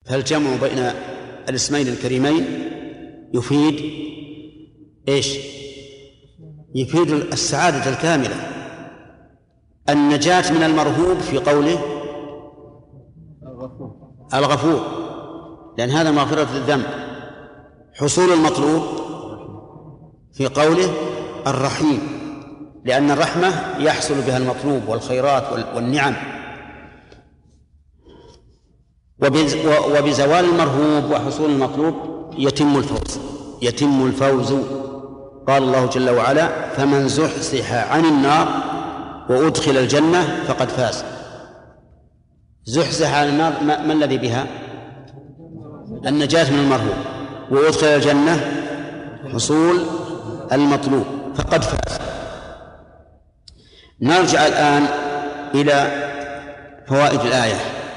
فالجمع بين الاسمين الكريمين يفيد إيش؟ يفيد السعادة الكاملة، النجاة من المرهوب في قوله الغفور، لأن هذا مغفرة الذنب، حصول المطلوب في قوله الرحيم، لأن الرحمة يحصل بها المطلوب والخيرات والنعم. وبزوال المرهوب وحصول المطلوب يتم الفوز. قال الله جل وعلا: فمن زحزح عن النار وأدخل الجنة فقد فاز. زحزح عن النار ما الذي بها؟ النجاة من المرهوب، وأدخل الجنة حصول المطلوب، فقد فاز. نرجع الآن إلى فوائد الآية.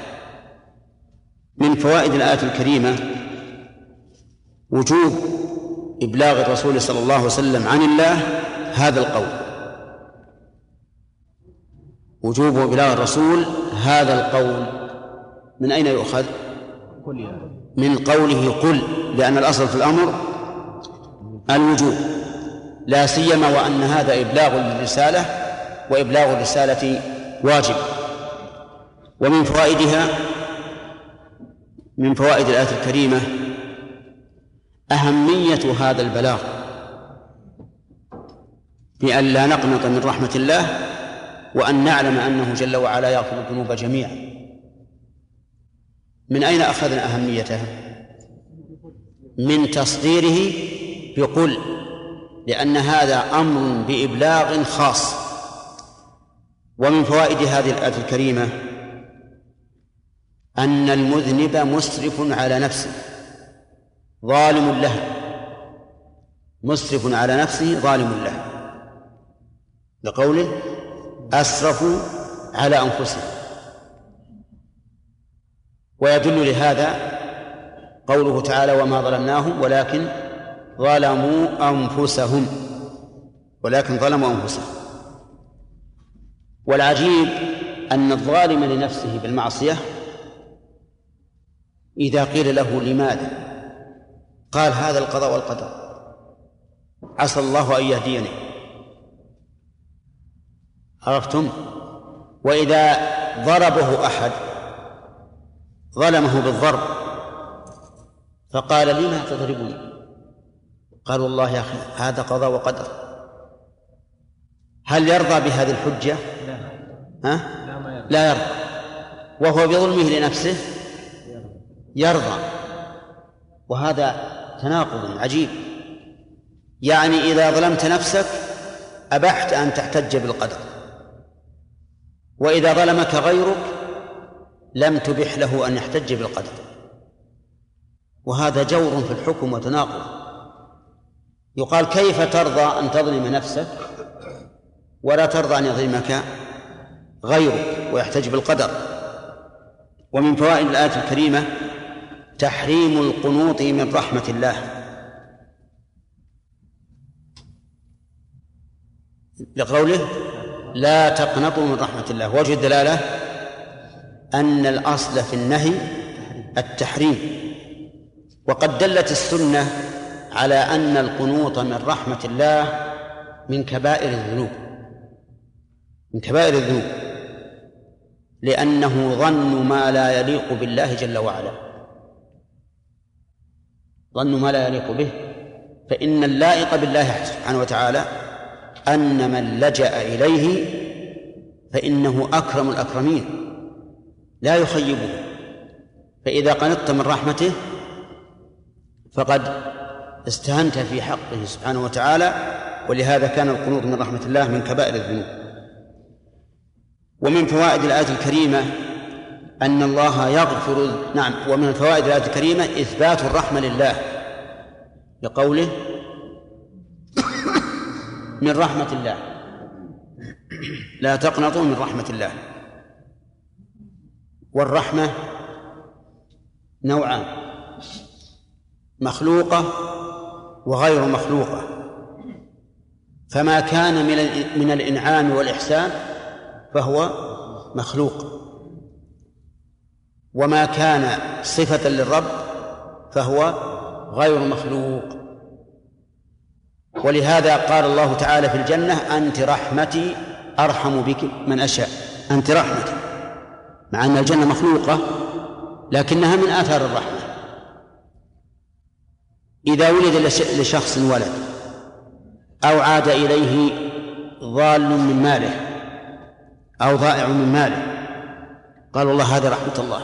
من فوائد الآية الكريمة وجوب إبلاغ الرسول صلى الله عليه وسلم عن الله هذا القول، وجوب إبلاغ الرسول هذا القول. من أين يؤخذ؟ من قوله قل، لأن الأصل في الأمر الوجوب، لا سيما وأن هذا إبلاغ للرسالة، وإبلاغ الرسالة واجب. ومن فوائدها، من فوائد الآية الكريمة أهمية هذا البلاغ، بأن لا نقنط من رحمة الله، وأن نعلم أنه جل وعلا يغفر الذنوب جميعا. من أين أخذنا أهميته؟ من تصديره بقل، لأن هذا أمر بإبلاغ خاص. ومن فوائد هذه الآية الكريمة أن المذنب مسرف على نفسه ظالم له، مسرف على نفسه ظالم له، لقوله أسرفوا على أنفسهم. ويدل لهذا قوله تعالى: وما ظلمناهم ولكن ظلموا أنفسهم، ولكن ظلموا أنفسهم. والعجيب أن الظالم لنفسه بالمعصية إذا قيل له لماذا قال: هذا القضاء والقدر، عسى الله أن يهديني. عرفتم؟ وإذا ضربه أحد ظلمه بالضرب فقال: لما تضربني؟ قال: والله يا أخي هذا قضاء وقدر. هل يرضى بهذه الحجة؟ لا يرضى. وهو بظلمه لنفسه يرضى، وهذا تناقض عجيب. يعني إذا ظلمت نفسك أبحت أن تحتج بالقدر، وإذا ظلمك غيرك لم تبح له أن يحتج بالقدر، وهذا جور في الحكم وتناقض. يقال: كيف ترضى أن تظلم نفسك ولا ترضى أن يظلمك غيرك ويحتج بالقدر؟ ومن فوائد الآية الكريمة تحريم القنوط من رحمة الله، لقوله: لا تقنطوا من رحمة الله. وجه الدلالة أن الأصل في النهي التحريم، وقد دلت السنة على أن القنوط من رحمة الله من كبائر الذنوب، من كبائر الذنوب، لأنه ظن ما لا يليق بالله جل وعلا، ظن ما لا يليق به. فإن اللائق بالله سبحانه وتعالى أن من لجأ إليه فإنه أكرم الأكرمين لا يخيبه، فإذا قنطت من رحمته فقد استهنت في حقه سبحانه وتعالى، ولهذا كان القنوط من رحمة الله من كبائر الذنوب. ومن فوائد الآية الكريمة أن الله يغفر. ومن فوائد الآية الكريمة إثبات الرحمة لله، لقوله: من رحمة الله، لا تقنطوا من رحمة الله. والرحمة نوعان: مخلوقة وغير مخلوقة. فما كان من الإنعام والإحسان فهو مخلوق، وما كان صفة للرب فهو غير مخلوق. ولهذا قال الله تعالى في الجنة: أنت رحمتي أرحم بك من أشاء. أنت رحمتي، مع أن الجنة مخلوقة لكنها من آثار الرحمة. إذا ولد لشخص ولد أو عاد إليه ضال من ماله أو ضائع من ماله، قال الله هذه رحمة الله.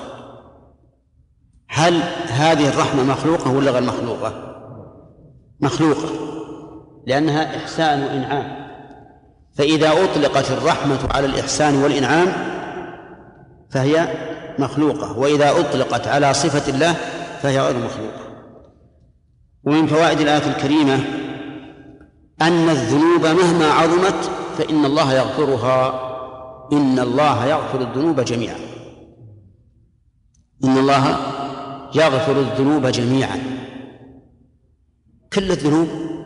هل هذه الرحمة مخلوقة ولا غير مخلوقة؟ مخلوقة، لأنها إحسان وإنعام. فإذا أطلقت الرحمة على الإحسان والإنعام فهي مخلوقة، وإذا أطلقت على صفة الله فهي غير مخلوقة. ومن فوائد الآية الكريمة أن الذنوب مهما عظمت فإن الله يغفرها. إن الله يغفر الذنوب جميعا. إن الله يغفر الذنوب جميعا، كل الذنوب.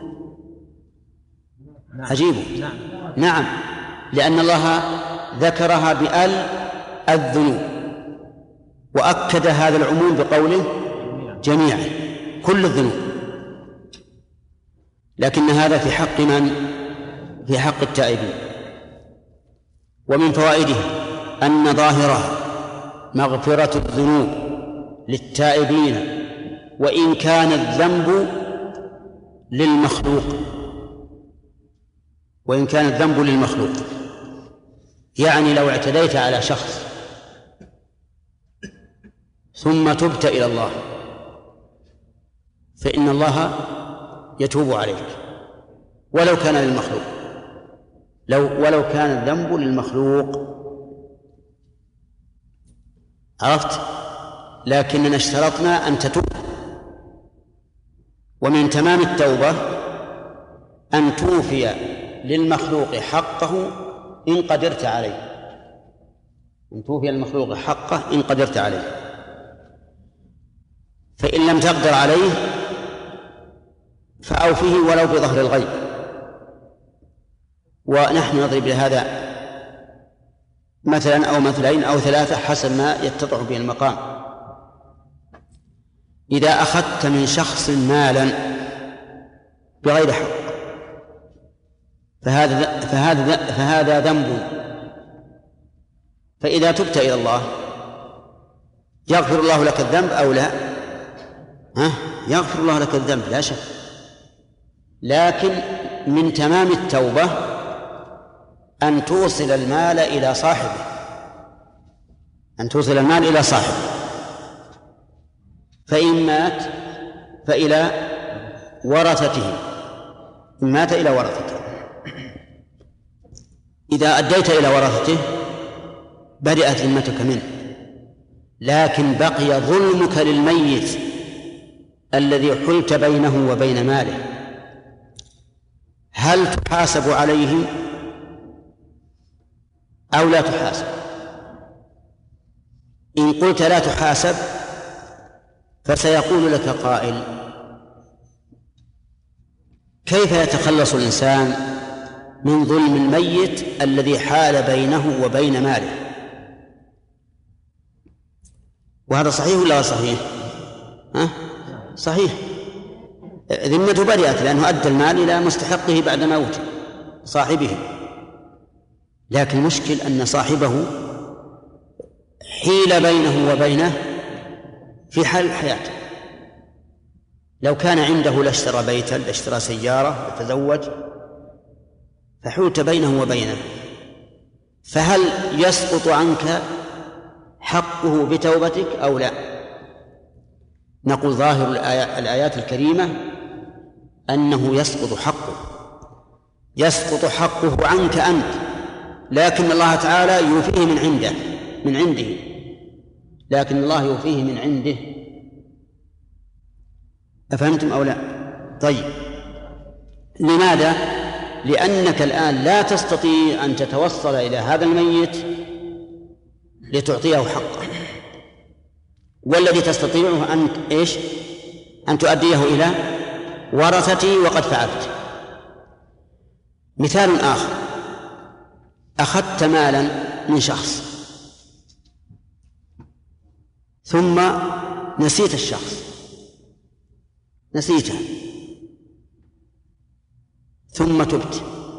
عجيب. نعم، لأن الله ذكرها بأل الذنوب، وأكد هذا العموم بقوله جميعا، كل الذنوب. لكن هذا في حق من؟ في حق التائبين. ومن فوائده أن ظاهره مغفرة الذنوب للتائبين وإن كان الذنب للمخلوق، وإن كان الذنب للمخلوق. يعني لو اعتديت على شخص ثم تبت إلى الله فإن الله يتوب عليك ولو كان للمخلوق، ولو كان الذنب للمخلوق. عرفت؟ لكننا اشترطنا أن تتوب. ومن تمام التوبة أن توفي للمخلوق حقه إن قدرت عليه. أن توفي للمخلوق حقه إن قدرت عليه. فإن لم تقدر عليه فأوفه ولو بظهر الغيب. ونحن نضرب لهذا مثلا أو مثلين أو ثلاثة حسب ما يتضح به المقام. إذا أخذت من شخص مالا بغير حق فهذا ذنب، فإذا تبت إلى الله يغفر الله لك الذنب أو لا؟ يغفر الله لك الذنب لا شك. لكن من تمام التوبة أن توصل المال إلى صاحبه، أن توصل المال إلى صاحبه. فإن مات فإلى ورثته، إن مات إلى ورثته. إذا أديت إلى ورثته بدأت ذمتك منه، لكن بقي ظلمك للميت الذي حلت بينه وبين ماله. هل تحاسب عليه أو لا تحاسب؟ إن قلت لا تحاسب فسيقول لك قائل: كيف يتخلص الإنسان من ظلم الميت الذي حال بينه وبين ماله؟ وهذا صحيح ولا صحيح؟ صحيح، ذمته برئت لأنه أدى المال إلى مستحقه بعد موت صاحبه. لكن المشكل أن صاحبه حيل بينه وبينه في حال حياته. لو كان عنده لاشترى بيتا، لاشترى سيارة، لتزوج، فحولت بينه وبينه، فهل يسقط عنك حقه بتوبتك أو لا؟ نقول ظاهر الآيات الكريمة أنه يسقط حقه عنك أنت، لكن الله تعالى يوفيه من عنده، لكن الله يوفيه من عنده. أفهمتم أو لا؟ طيب، لماذا؟ لأنك الآن لا تستطيع أن تتوصل إلى هذا الميت لتعطيه حقه، والذي تستطيعه أن تؤديه إلى ورثتي وقد فعلت. مثال آخر: أخذت مالا من شخص ثم نسيت الشخص، نسيته، ثم تبت،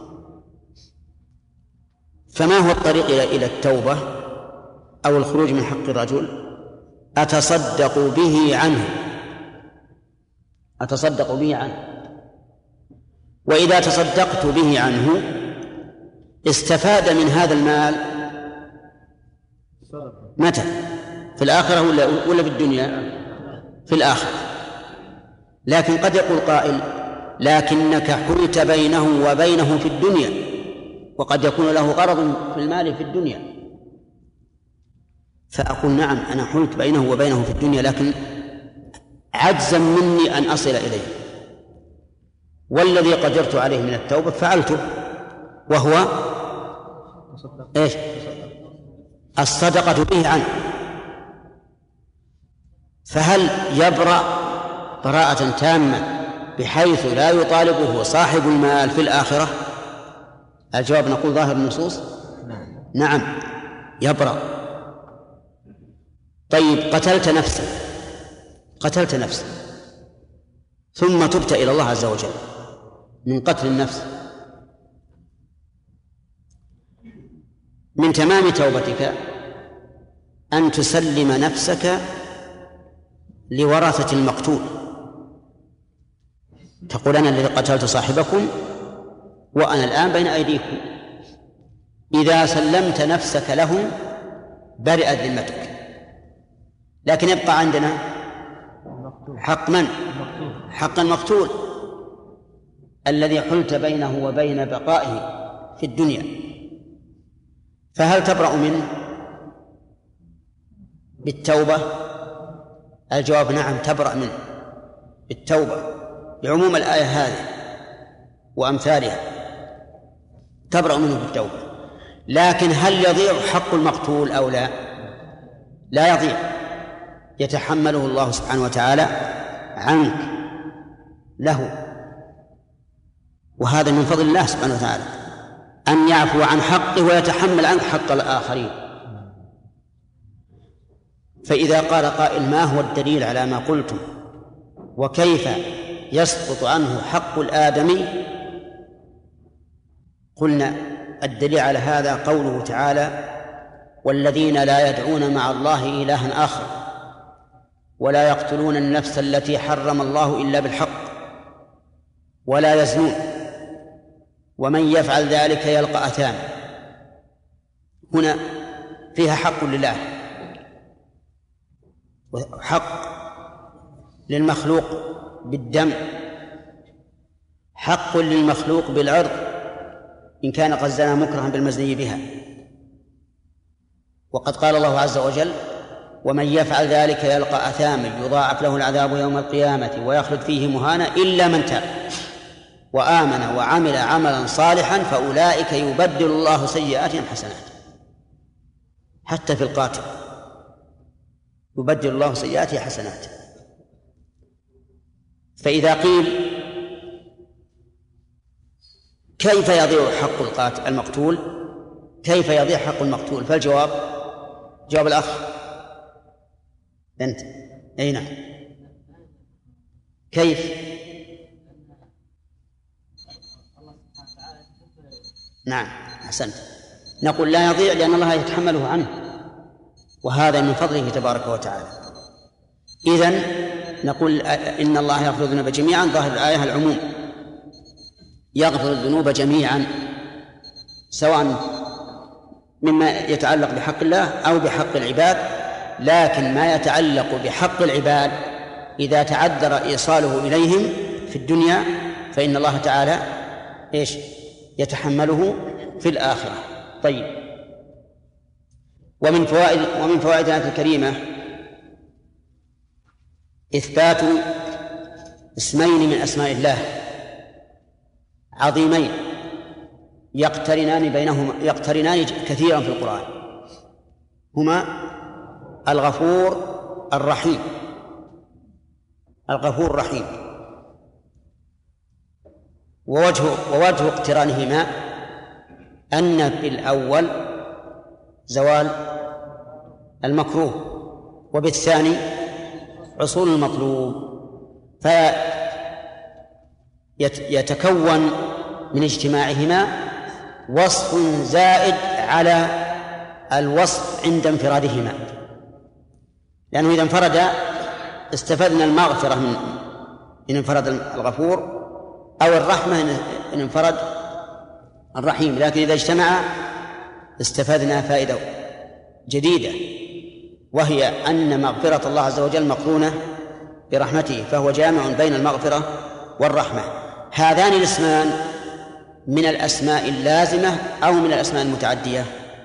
فما هو الطريق إلى التوبة أو الخروج من حق الرجل؟ أتصدق به عنه، أتصدق به عنه. وإذا تصدقت به عنه استفاد من هذا المال متى؟ في الآخرة ولا في الدنيا؟ في الآخرة. لكن قد يقول قائل: لكنك حلت بينه وبينه في الدنيا، وقد يكون له غرض في المال في الدنيا. فأقول: نعم، أنا حلت بينه وبينه في الدنيا، لكن عجزا مني أن أصل إليه، والذي قدرت عليه من التوبة فعلته، وهو إيش؟ الصدقة به عنه. فهل يبرأ براءة تامة بحيث لا يطالبه صاحب المال في الآخرة؟ الجواب نقول ظاهر النصوص نعم يبرأ. طيب، قتلت نفسا ثم تبت إلى الله عز وجل من قتل النفس، من تمام توبتك أن تسلم نفسك لورثة المقتول، تقول: أنا الذي قتلت صاحبكم وأنا الآن بين أيديكم. إذا سلمت نفسك لهم برئت ذمتك، لكن يبقى عندنا حق من؟ حق المقتول الذي حلت بينه وبين بقائه في الدنيا. فهل تبرأ منه بالتوبة؟ الجواب نعم، تبرأ منه بالتوبة بعموم الآية هذه وأمثالها، تبرأ منه بالتوبة. لكن هل يضيع حق المقتول أو لا؟ لا يضيع، يتحمله الله سبحانه وتعالى عنك له، وهذا من فضل الله سبحانه وتعالى أن يعفو عن حقه ويتحمل عنك حق الآخرين. فإذا قال قائل: ما هو الدليل على ما قلتم؟ وكيف يسقط عنه حق الآدمي؟ قلنا: الدليل على هذا قوله تعالى: والذين لا يدعون مع الله إلها آخر ولا يقتلون النفس التي حرم الله إلا بالحق ولا يزنون ومن يفعل ذلك يلقى أثاما. هنا فيها حق لله، وحق للمخلوق بالدم، حق للمخلوق بالعرض إن كان قد زنى مكرها بالمزني بها. وقد قال الله عز وجل: ومن يفعل ذلك يلقى أثاما يضاعف له العذاب يوم القيامة ويخلد فيه مهانا إلا من تاب وآمن وعمل عملا صالحا فأولئك يبدل الله سيئاتهم حسنات. حتى في القاتل يبدل الله سيئاته حسنات. فإذا قيل: كيف يضيع حق القاتل المقتول؟ كيف يضيع حق المقتول؟ فالجواب جواب الأخ أنت. أي نعم. كيف؟ نعم أحسنت. نقول: لا يضيع لأن الله يتحمله عنه، وهذا من فضله تبارك وتعالى. إذن نقول إن الله يغفر الذنوب جميعا، ظاهر الآية العموم، يغفر الذنوب جميعا سواء مما يتعلق بحق الله أو بحق العباد. لكن ما يتعلق بحق العباد إذا تعذر إيصاله إليهم في الدنيا فإن الله تعالى يتحمله في الآخرة. طيب، ومن فوائد الآية الكريمة إثبات اسمين من أسماء الله عظيمين يقترنان كثيرا في القرآن، هما الغفور الرحيم. الغفور الرحيم، ووجه اقترانهما أن في الأول زوال المكروه وبالثاني حصول المطلوب، فيتكون من اجتماعهما وصف زائد على الوصف عند انفرادهما، لأنه إذا انفرد استفدنا المغفرة إن انفرد الغفور، أو الرحمة إن انفرد الرحيم، لكن إذا اجتمع استفدنا فائدة جديدة، وهي أن مغفرة الله عز وجل مقرونة برحمته، فهو جامع بين المغفرة والرحمة. هذان الاسمان من الأسماء اللازمة أو من الأسماء المتعدية؟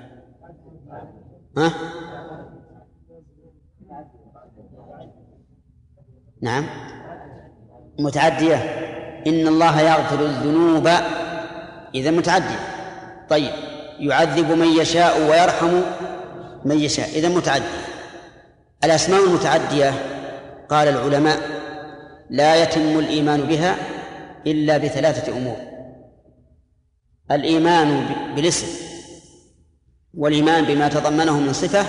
ها؟ نعم متعدية. إن الله يغفر الذنوب، إذا متعدية. طيب يعذب من يشاء ويرحم من يشاء، إذا متعدية. الأسماء المتعدية قال العلماء لا يتم الإيمان بها إلا بثلاثة أمور: الإيمان بالاسم، والإيمان بما تضمنه من صفة،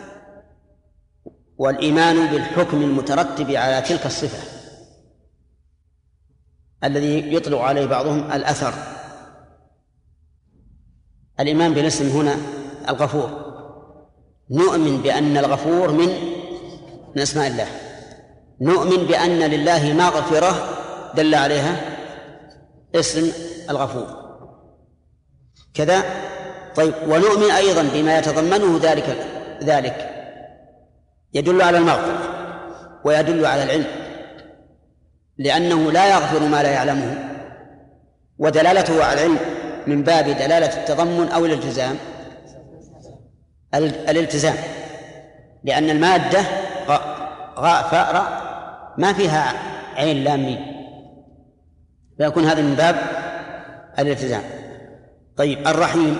والإيمان بالحكم المترتب على تلك الصفة الذي يطلق عليه بعضهم الأثر. الإيمان بالاسم هنا الغفور، نؤمن بأن الغفور من أسماء الله، نؤمن بأن لله مغفرة دل عليها اسم الغفور كذا. طيب ونؤمن أيضا بما يتضمنه ذلك يدل على المغفرة ويدل على العلم، لأنه لا يغفر ما لا يعلمه، ودلالته على العلم من باب دلالة التضمن أو الالتزام. الالتزام، لأن المادة غاء فاء راء ما فيها عين لام ميم، فيكون هذا من باب الالتزام. طيب الرحيم،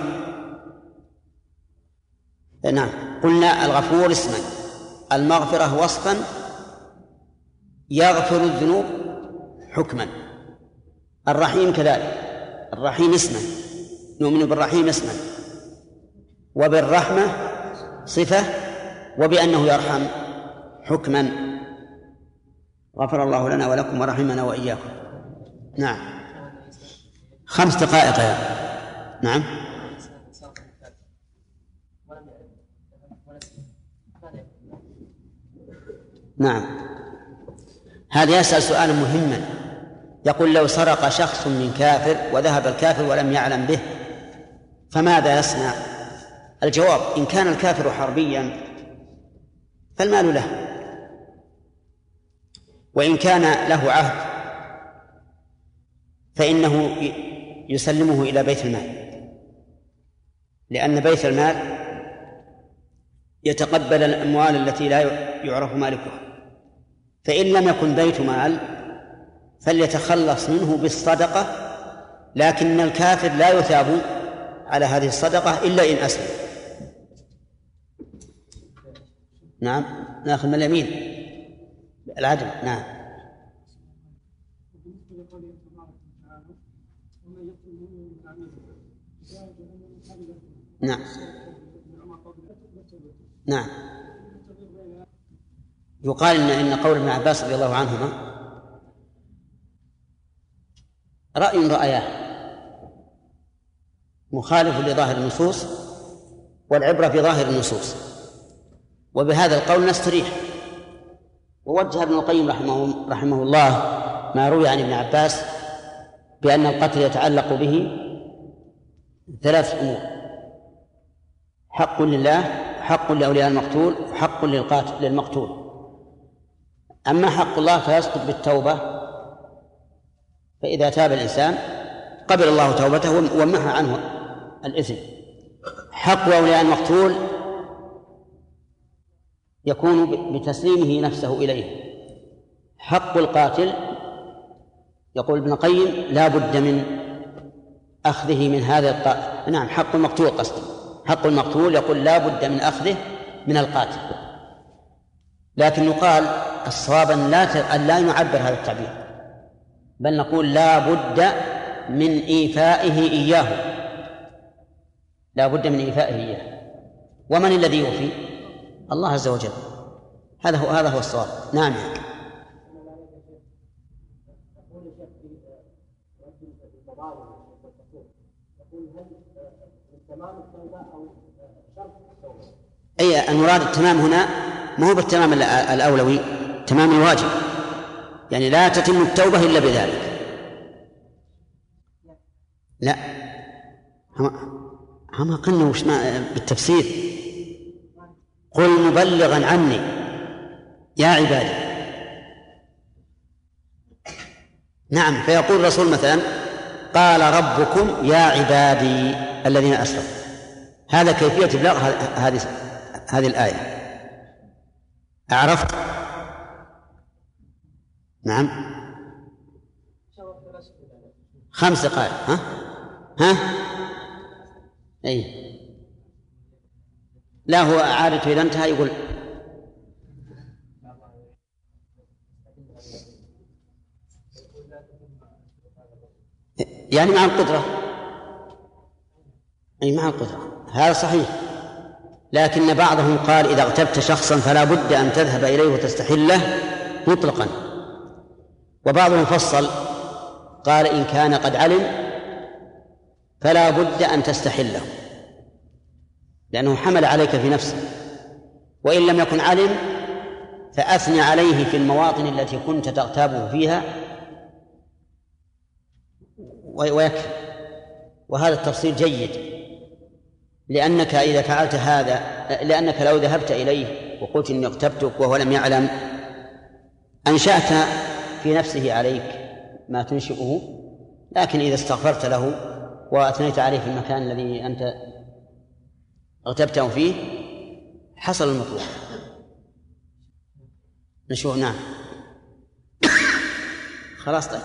نعم قلنا الغفور اسما، المغفرة وصفا، يغفر الذنوب حكما. الرحيم كذلك، الرحيم اسما، نؤمن بالرحيم اسما، وبالرحمة صفة، وبأنه يرحم حكما. غفر الله لنا ولكم ورحمنا وإياكم. نعم 5 دقائق يا نعم. نعم هذا يسأل سؤالا مهما، يقول لو سرق شخص من كافر وذهب الكافر ولم يعلم به فماذا يصنع؟ الجواب: إن كان الكافر حربيا فالمال له، وإن كان له عهد فإنه يسلمه إلى بيت المال، لأن بيت المال يتقبل الأموال التي لا يعرف مالكها، فإن لم يكن بيت مال فليتخلص منه بالصدقة، لكن الكافر لا يثاب على هذه الصدقة إلا إن أسلم. نعم نأخذ من اليمين العدل. نعم نعم نعم يقال إن قول ابن عباس رضي الله عنهما رأي رأياه مخالف لظاهر النصوص، والعبرة بظاهر النصوص، وبهذا القول نستريح. ووجه ابن القيم رحمه الله ما روي عن ابن عباس بأن القتل يتعلق به 3 أمور: حق لله، حق لأولياء المقتول، وحق للمقتول. أما حق الله فيسقط بالتوبة، فإذا تاب الإنسان قبل الله توبته ومحى عنه الإثم. حق أولياء المقتول يكون بتسليمه نفسه إليه. حق القاتل يقول ابن القيم لا بد من أخذه من هذا القاتل. نعم حق المقتول قصدي، حق المقتول يقول لا بد من أخذه من القاتل، لكن يقال الصواب أن لا نعبر هذا التعبير، بل نقول لا بد من إيفائه إياه، لا بد من إيفائه إياه. ومن الذي يوفي؟ الله عز وجل. هذا هو الصواب. نعم. أي المراد التمام هنا ما هو بالتمام الأولوي، تمام الواجب، يعني لا تتم التوبة إلا بذلك. لا هم قلنا وش بالتفسير، قل مبلغا عني يا عبادي. نعم، فيقول الرسول مثلا قال ربكم يا عبادي الذين أسرفوا، هذا كيفية إبلاغ هذه الآية. أعرفت؟ نعم. 5 دقائق. ها أي لا، هو عادته إذا انتهى يقول يعني مع القدرة، أي مع القدرة، هذا صحيح. لكن بعضهم قال إذا اغتبت شخصا فلا بد أن تذهب إليه وتستحله مطلقا، وبعضهم فصل قال إن كان قد علم فلا بد أن تستحله لأنه حمل عليك في نفسه، وإن لم يكن علم فأثني عليه في المواطن التي كنت تغتابه فيها ويكفي. وهذا التفصيل جيد، لأنك إذا فعلت هذا، لأنك لو ذهبت إليه وقلت إني اغتبتك وهو لم يعلم أنشأت في نفسه عليك ما تنشئه، لكن إذا استغفرت له وأثنيت عليه في المكان الذي أنت اغتبته فيه حصل المطلوب. نشوف. نعم. خلاص. طيب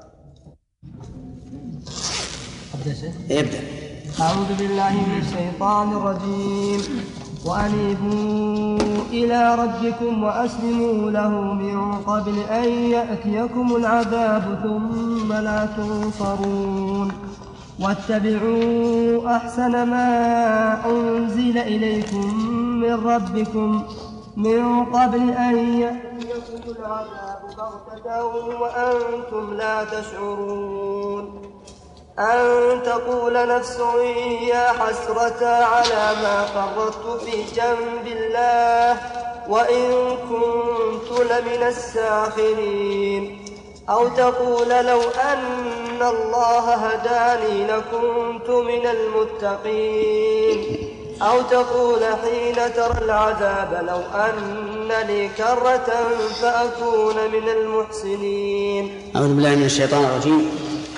ابدأ. أعوذ بالله من الشيطان الرجيم. وأنيبوا إلى ربكم وأسلموا له من قبل أن يأتيكم العذاب ثم لا تنصرون. واتبعوا أحسن ما أنزل إليكم من ربكم من قبل أن يأتيكم العذاب بغتة وأنتم لا تشعرون. أن تقول نفس يا حسرة على ما فرطت في جنب الله وإن كنت لمن الساخرين. أو تقول لو أن الله هداني لكنت من المتقين. أو تقول حين ترى العذاب لو أن لي كرة فأكون من المحسنين. أعوذ بالله من الشيطان الرجيم.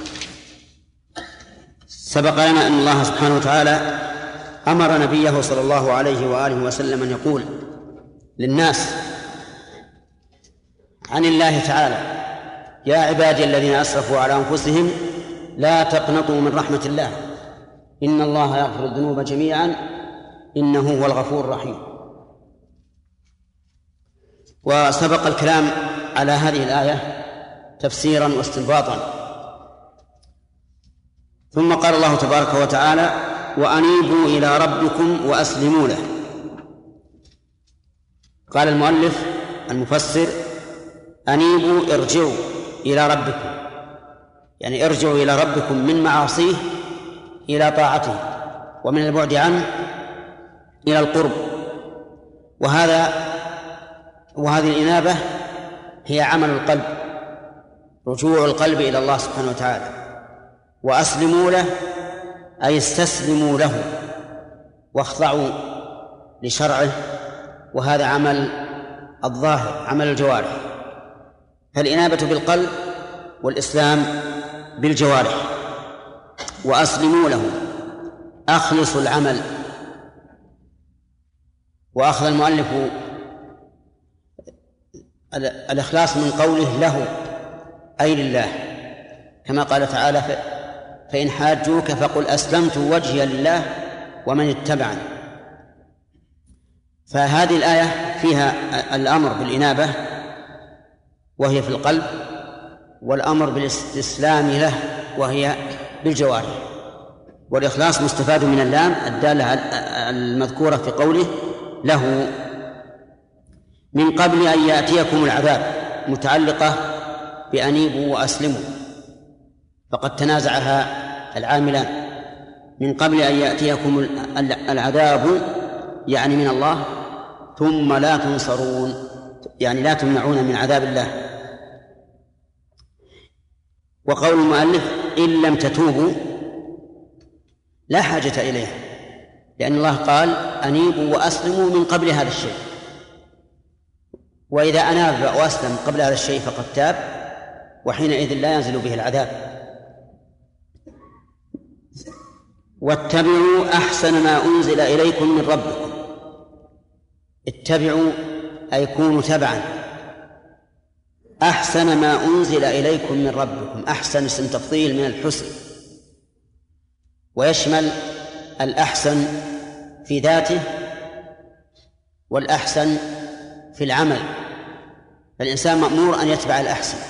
سبق لنا أن الله سبحانه وتعالى أمر نبيه صلى الله عليه وآله وسلم أن يقول للناس عن الله تعالى يا عبادي الذين أسرفوا على أنفسهم لا تقنطوا من رحمة الله إن الله يغفر الذنوب جميعا إنه هو الغفور الرحيم. وسبق الكلام على هذه الآية تفسيرا واستنباطا. ثم قال الله تبارك وتعالى وأنيبوا إلى ربكم وأسلموا له. قال المؤلف المفسر أنيبوا ارجعوا إلى ربكم، يعني ارجعوا إلى ربكم من معاصيه إلى طاعته ومن البعد عنه إلى القرب. وهذه الإنابة هي عمل القلب، رجوع القلب إلى الله سبحانه وتعالى. وأسلموا له أي استسلموا له واخضعوا لشرعه، وهذا عمل الظاهر عمل الجوارح. فالإنابة بالقلب والإسلام بالجوارح. وأسلموا له أخلصوا العمل. وأخذ المؤلف الإخلاص من قوله له أي لله، كما قال تعالى فإن حاجوك فقل أسلمت وجهي لله ومن اتبعني. فهذه الآية فيها الأمر بالإنابة وهي في القلب، والأمر بالاستسلام له وهي بالجوارح. والإخلاص مستفاد من اللام الدالة المذكورة في قوله له. من قبل أن يأتيكم العذاب متعلقة بأنيبوا وأسلموا، فقد تنازعها العاملان. من قبل أن يأتيكم العذاب يعني من الله، ثم لا تنصرون يعني لا تمنعون من عذاب الله. وقول المؤلف إن لم تتوبوا لا حاجة إليه، لأن الله قال أنيبوا وأسلموا من قبل هذا الشيء، وإذا أناب وأسلم قبل هذا الشيء فقد تاب، وحينئذ لا ينزل به العذاب. واتبعوا أحسن ما أنزل إليكم من ربكم. اتبعوا أي كونوا تبعا أحسن ما أنزل إليكم من ربكم. أحسن اسم تفضيل من الحسن، ويشمل الأحسن في ذاته والأحسن في العمل، فالإنسان مأمور أن يتبع الأحسن.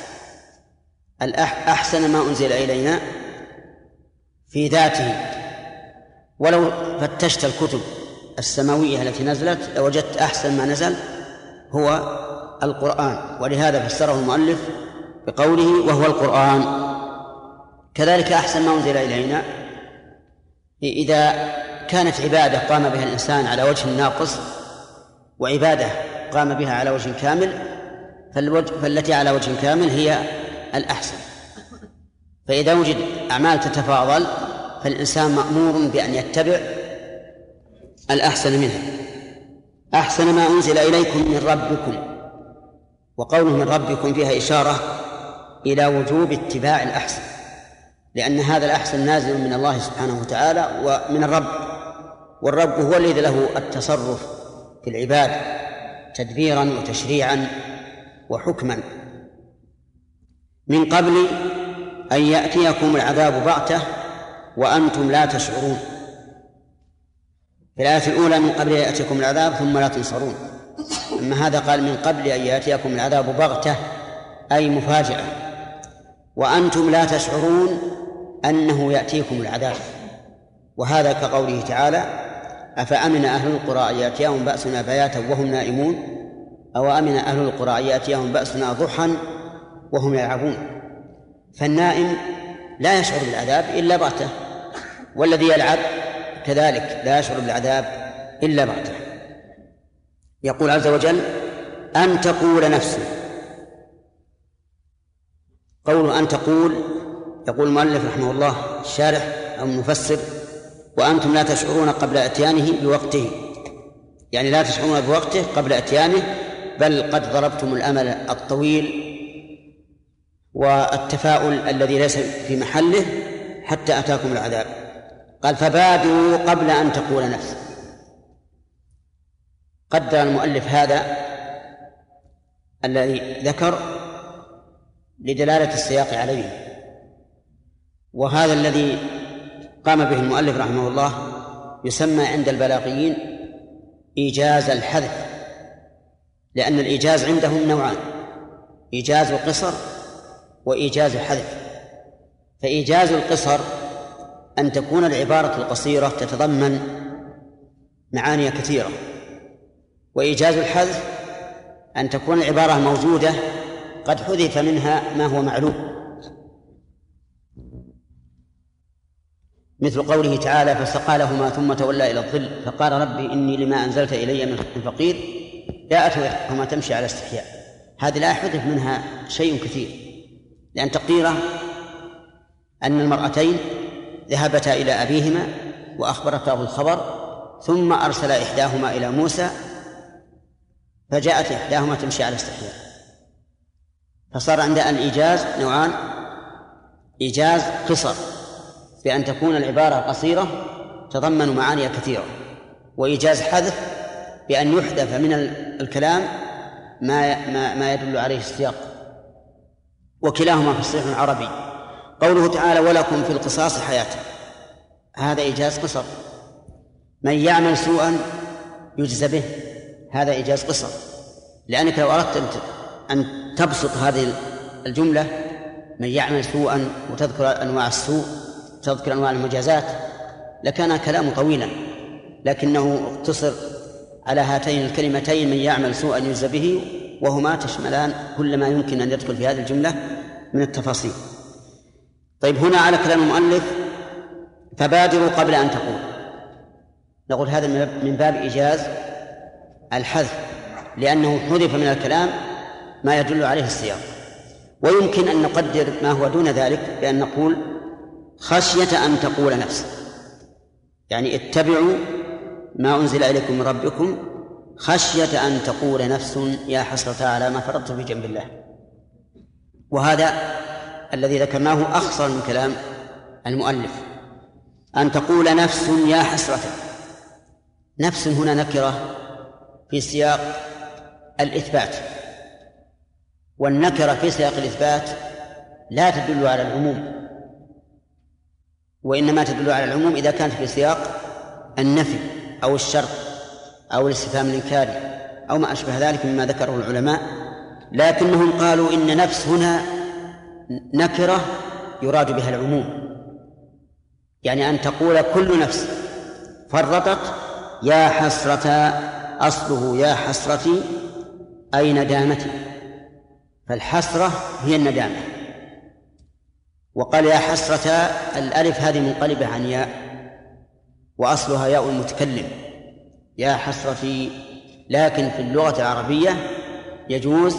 أحسن ما أنزل إلينا في ذاته، ولو فتشت الكتب السماوية التي نزلت لوجدت أحسن ما نزل هو القرآن، ولهذا فسره المؤلف بقوله وهو القرآن. كذلك أحسن ما أنزل إلينا إذا كانت عبادة قام بها الإنسان على وجه ناقص وعبادة قام بها على وجه كامل، فالتي على وجه كامل هي الأحسن. فإذا وجد أعمال تتفاضل فالإنسان مأمور بأن يتبع الأحسن منها. أحسن ما أنزل إليكم من ربكم، وقوله من ربكم فيها إشارة إلى وجوب اتباع الأحسن، لأن هذا الأحسن نازل من الله سبحانه وتعالى ومن الرب، والرب هو الذي له التصرف في العباد تدبيرا وتشريعا وحكما. من قبل أن يأتيكم العذاب بغتة وأنتم لا تشعرون. في الآية الأولى من قبل أن يأتيكم العذاب ثم لا تنصرون، أما هذا قال من قبل أن يأتيكم العذاب بغتة أي مفاجأة، وأنتم لا تشعرون أنه يأتيكم العذاب. وهذا كقوله تعالى أفأمن أهل القرى أن يأتيهم بأسنا بياتا وهم نائمون، أو أمن أهل القرى أن يأتيهم بأسنا ضحى وهم يلعبون. فالنائم لا يشعر بالعذاب إلا بغتة، والذي يلعب كذلك لا يشعر بالعذاب إلا بغتة. يقول عز وجل أن تقول نفس. قول أن تقول، يقول المؤلف رحمه الله الشارح أو المفسر وأنتم لا تشعرون قبل أتيانه بوقته، يعني لا تشعرون بوقته قبل أتيانه، بل قد ضربتم الأمل الطويل والتفاؤل الذي ليس في محله حتى أتاكم العذاب. قال فبادروا قبل أن تقول نفس. قدر المؤلف هذا الذي ذكر لدلالة السياق عليه، وهذا الذي قام به المؤلف رحمه الله يسمى عند البلاغيين إيجاز الحذف، لأن الإيجاز عندهم نوعان: إيجاز القصر وإيجاز الحذف. فإيجاز القصر أن تكون العبارة القصيرة تتضمن معاني كثيرة، وإيجاز الحذف أن تكون العبارة موجودة قد حذف منها ما هو معلوم، مثل قوله تعالى فسقى لهما ثم تولى إلى الظل فقال ربي إني لما أنزلت إلي من فقير جاءته إحداهما تمشي على استحياء. هذه لا يحذف منها شيء كثير، لأن تقديره أن المرأتين ذهبتا إلى أبيهما وأخبرته الخبر، ثم أرسل إحداهما إلى موسى فجاءت إحداهما تمشي على استحياء. فصار عند الإيجاز نوعان: إيجاز قصر بأن تكون العبارة قصيرة تضمن معاني كثيرة، وإيجاز حذف بأن يحذف من الكلام ما يدل عليه السياق، وكلاهما فصيح عربي. قوله تعالى ولكم في القصاص حياة، هذا إيجاز قصر. من يعمل سوءا يجزى به، هذا إيجاز قصر، لأنك لو أردت أن تبسط هذه الجملة من يعمل سوءا وتذكر أنواع السوء تذكر أنواع المجازات لكان كلام طويلا، لكنه اقتصر على هاتين الكلمتين من يعمل سوءا يجزى به، وهما تشملان كل ما يمكن أن يدخل في هذه الجملة من التفاصيل. طيب، هنا على كلام المؤلف فبادروا قبل أن تقول، نقول هذا من باب إيجاز الحذف، لأنه حذف من الكلام ما يدل عليه السياق. ويمكن أن نقدر ما هو دون ذلك بأن نقول خشية أن تقول نفس، يعني اتبعوا ما أنزل إليكم من ربكم خشية أن تقول نفس يا حسرة على ما فرطت في جنب الله. وهذا الذي ذكرناه أخصر من كلام المؤلف، أن تقول نفس يا حسرة. نفس هنا نكرة في سياق الإثبات، والنكرة في سياق الإثبات لا تدل على العموم، وإنما تدل على العموم إذا كانت في سياق النفي أو الشرط أو الاستفهام الإنكاري أو ما أشبه ذلك مما ذكره العلماء. لكنهم قالوا إن نفس هنا نكرة يراد بها العموم، يعني أن تقول كل نفس فرطت يا حسرة، أصله يا حسرتي أي ندامتي، فالحسرة هي الندامة. وقال يا حسرة، الألف هذه منقلبة عن ياء وأصلها ياء المتكلم يا حسرتي، لكن في اللغة العربية يجوز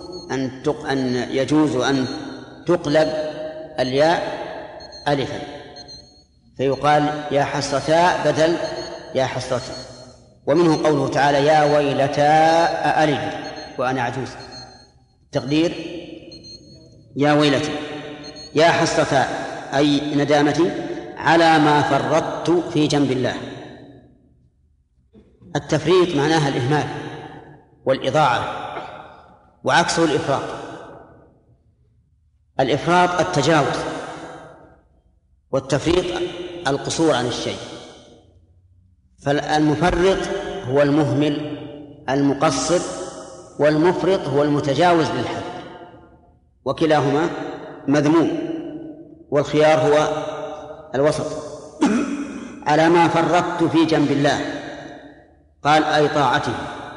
أن تقلب الياء ألفا، فيقال يا حسرتا بدل يا حسرتي. ومنه قوله تعالى يا ويلتا أألد وأنا عجوز، تقدير يا ويلتي يا حسرتا أي ندامتي على ما فرطت في جنب الله. التفريط معناها الإهمال والإضاعة، وعكسه الإفراط. الإفراط التجاوز، والتفريط القصور عن الشيء. فالمفرط هو المهمل المقصر، والمفرط هو المتجاوز للحد، وكلاهما مذموم، والخيار هو الوسط. على ما فرطت في جنب الله قال أي طاعته،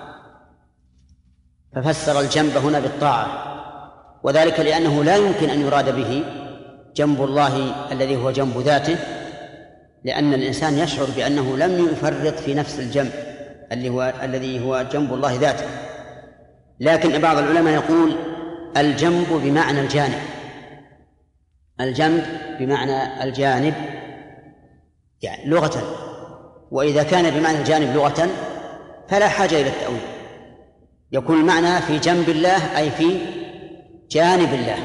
ففسر الجنب هنا بالطاعة، وذلك لأنه لا يمكن أن يراد به جنب الله الذي هو جنب ذاته، لأن الإنسان يشعر بأنه لم يفرط في نفس الجنب الذي هو جنب الله ذاته. لكن بعض العلماء يقول الجنب بمعنى الجانب، الجنب بمعنى الجانب يعني لغة، وإذا كان بمعنى الجانب لغة فلا حاجة إلى التأويل، يكون المعنى في جنب الله أي في جانب الله،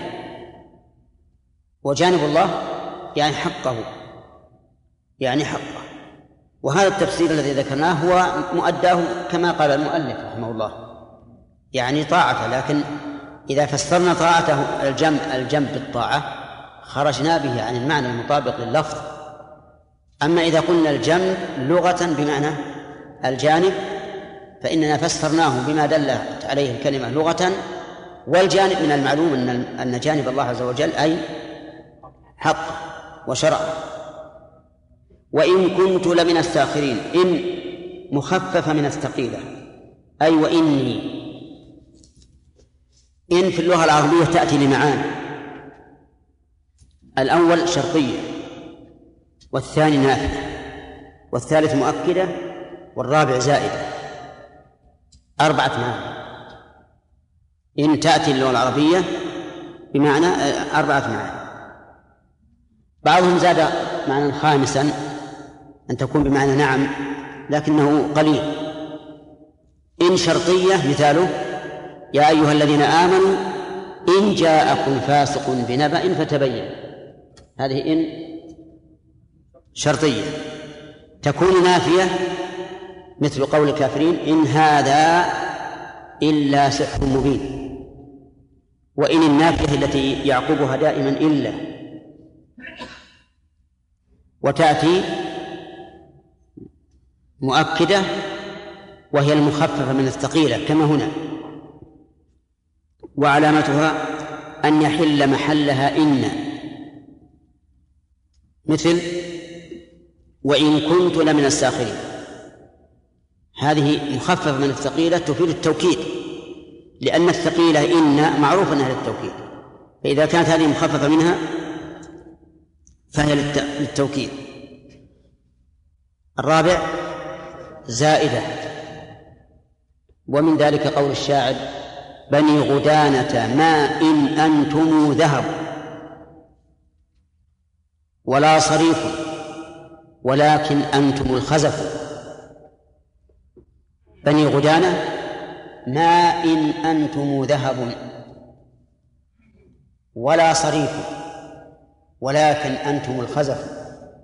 وجانب الله يعني حقه، يعني حقه. وهذا التفسير الذي ذكرناه هو مؤداه كما قال المؤلف رحمه الله، يعني طاعته. لكن إذا فسرنا طاعته الجنب بالطاعة خرجنا به عن المعنى المطابق لللفظ. أما إذا قلنا الجنب لغة بمعنى الجانب فإننا فسرناه بما دلت عليه الكلمة لغة، والجانب من المعلوم أن جانب الله عز وجل أي حق وشرع. وإن كنت لمن الساخرين، إن مخففة من الثقيلة، أي وإني. إن في اللغة العربية تأتي لمعاني، الأول شرطية، والثاني نافية، والثالث مؤكدة، والرابع زائدة، 4 معاني. إن تأتي اللغة العربية بمعنى 4 معاني. بعضهم زاد معنى خامسا أن تكون بمعنى نعم، لكنه قليل. إن شرطية مثاله يا أيها الذين آمنوا إن جاءكم فاسق بنبأ فتبين، هذه إن شرطية. تكون نافية مثل قول الكافرين إن هذا إلا سحر مبين. وإن النافية التي يعقبها دائما إلا. وتأتي مؤكدة وهي المخففة من الثقيلة كما هنا، وعلامتها أن يحل محلها إن، مثل وإن كنت لمن الساخرين. هذه مخففة من الثقيلة تفيد التوكيد، لأن الثقيلة إن معروف أنها للتوكيد، فإذا كانت هذه مخففة منها فهي للتوكيد. الرابع زائدة، ومن ذلك قول الشاعر: بني غدانة ما إن أنتم ذهب ولا صريف ولكن أنتم الخزف. بني غدانة ما إن أنتم ذهب ولا صريف ولكن أنتم الخزف.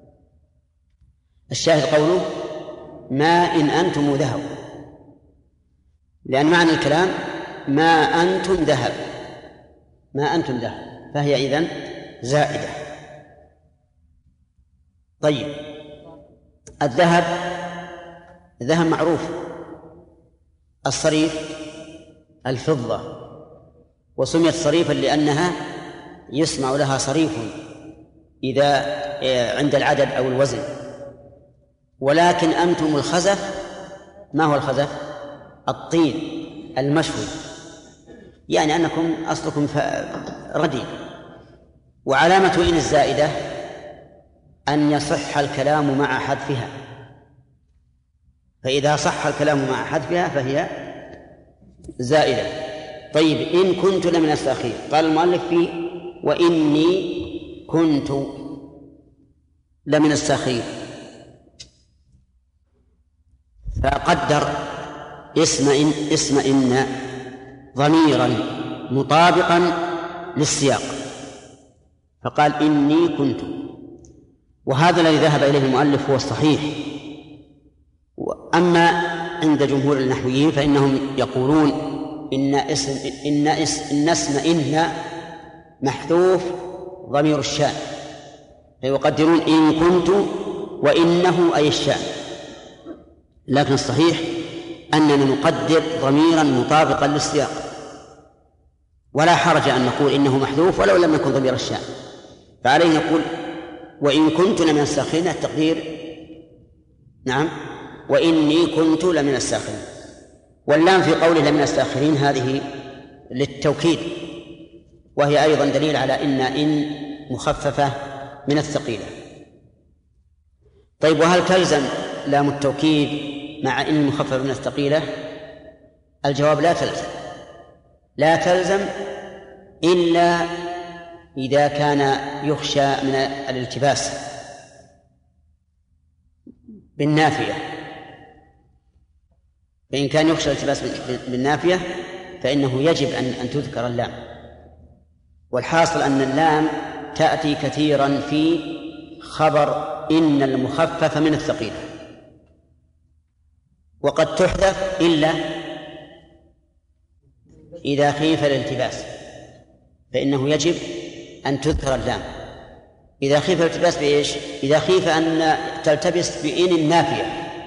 الشاهد قوله ما إن أنتم ذهب، لأن معنى الكلام ما أنتم ذهب، ما أنتم ذهب، فهي إذن زائدة. طيب، الذهب معروف، الصريف الفضة، وسميت صريفا لأنها يسمع لها صريف إذا عند العدد أو الوزن. ولكن أنتم الخزف، ما هو الخزف؟ الطين المشوي، يعني أنكم أصلكم ردي. وعلامة إن الزائدة أن يصح الكلام مع حذفها، فإذا صح الكلام مع حذفها فهي زائدة. طيب، إن كنت لمن الساخرين، قال المؤلف فيه وإني كنت لمن الساخرين، فقدر اسم إن ضميرا مطابقا للسياق، فقال إني كنت، وهذا الذي ذهب إليه المؤلف هو الصحيح. أما عند جمهور النحويين فإنهم يقولون إن اسم إن محذوف ضمير الشأن، فيقدرون إن كنت وإنه أي الشأن، لكن الصحيح أننا نقدر ضميرا مطابقا للسياق، ولا حرج أن نقول إنه محذوف ولو لم يكن ضمير الشأن، فعليه نقول وإن كنت لمن الساخرين، التقدير نعم وإني كنت لمن الساخرين. واللام في قوله لمن الساخرين هذه للتوكيد، وهي أيضا دليل على إن مخففة من الثقيلة. طيب، وهل تلزم لام التوكيد مع إن مخففة من الثقيلة؟ الجواب لا تلزم إلا إذا كان يخشى من الالتباس بالنافية، فإن كان يخشى الالتباس بالنافية فإنه يجب أن تذكر اللام. والحاصل أن اللام تأتي كثيرا في خبر إن المخفف من الثقيلة، وقد تحذف إلا إذا خيف الالتباس، فإنه يجب أن تذكر اللام. إذا خيف الالتباس بإيش؟ إذا خيف أن تلتبس بإن النافية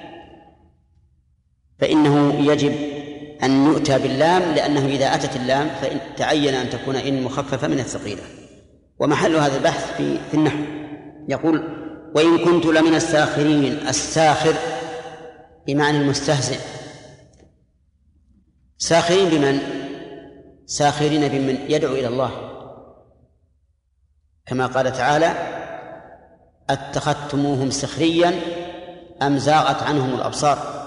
فإنه يجب أن يؤتى باللام، لأنه إذا أتت اللام فإن تعين أن تكون إن مخففة من الثقيلة. ومحل هذا البحث في النحو. يقول وإن كنت لمن الساخرين، الساخر بمعنى المستهزئ. ساخرين بمن؟ ساخرين بمن يدعو إلى الله، كما قال تعالى اتخذتموهم سخريا أم زاغت عنهم الأبصار.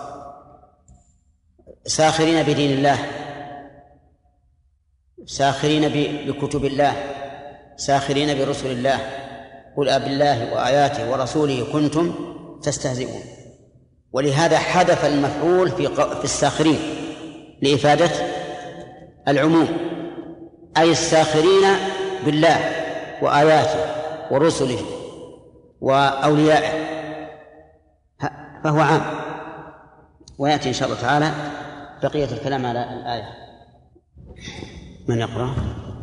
ساخرين بدين الله، ساخرين بكتب الله، ساخرين برسل الله، قل أبالله وآياته ورسوله كنتم تستهزئون. ولهذا حذف المفعول في الساخرين لإفادة العموم، أي الساخرين بالله وآياته ورسله وأوليائه، فهو عام. ويأتي إن شاء الله تعالى بقية الكلام على الآية. من يقرأ؟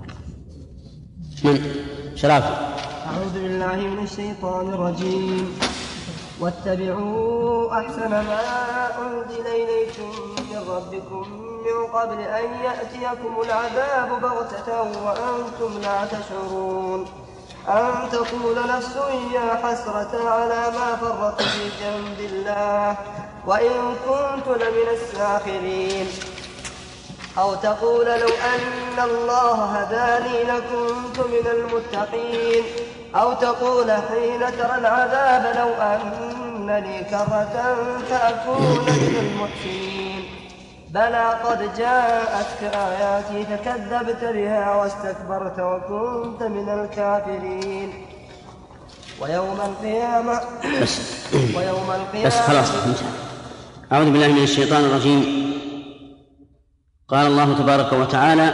من؟ شرافي. أعوذ بالله من الشيطان الرجيم. واتبعوا أحسن ما أنزل إليكم من ربكم من قبل أن يأتيكم العذاب بغتة وأنتم لا تشعرون، أن تقول نفس يا حسرة على ما فرطت في جنب الله وإن كنت لمن الساخرين. أو تقول لو أن الله هداني لكنت من المتقين. أو تقول حين ترى العذاب لو أن لي كرة فأكون من المحسنين. بلى قد جاءتك آياتي فكذبت بها واستكبرت وكنت من الكافرين. ويوم القيامة بس خلاص. أعوذ بالله من الشيطان الرجيم. قال الله تبارك وتعالى: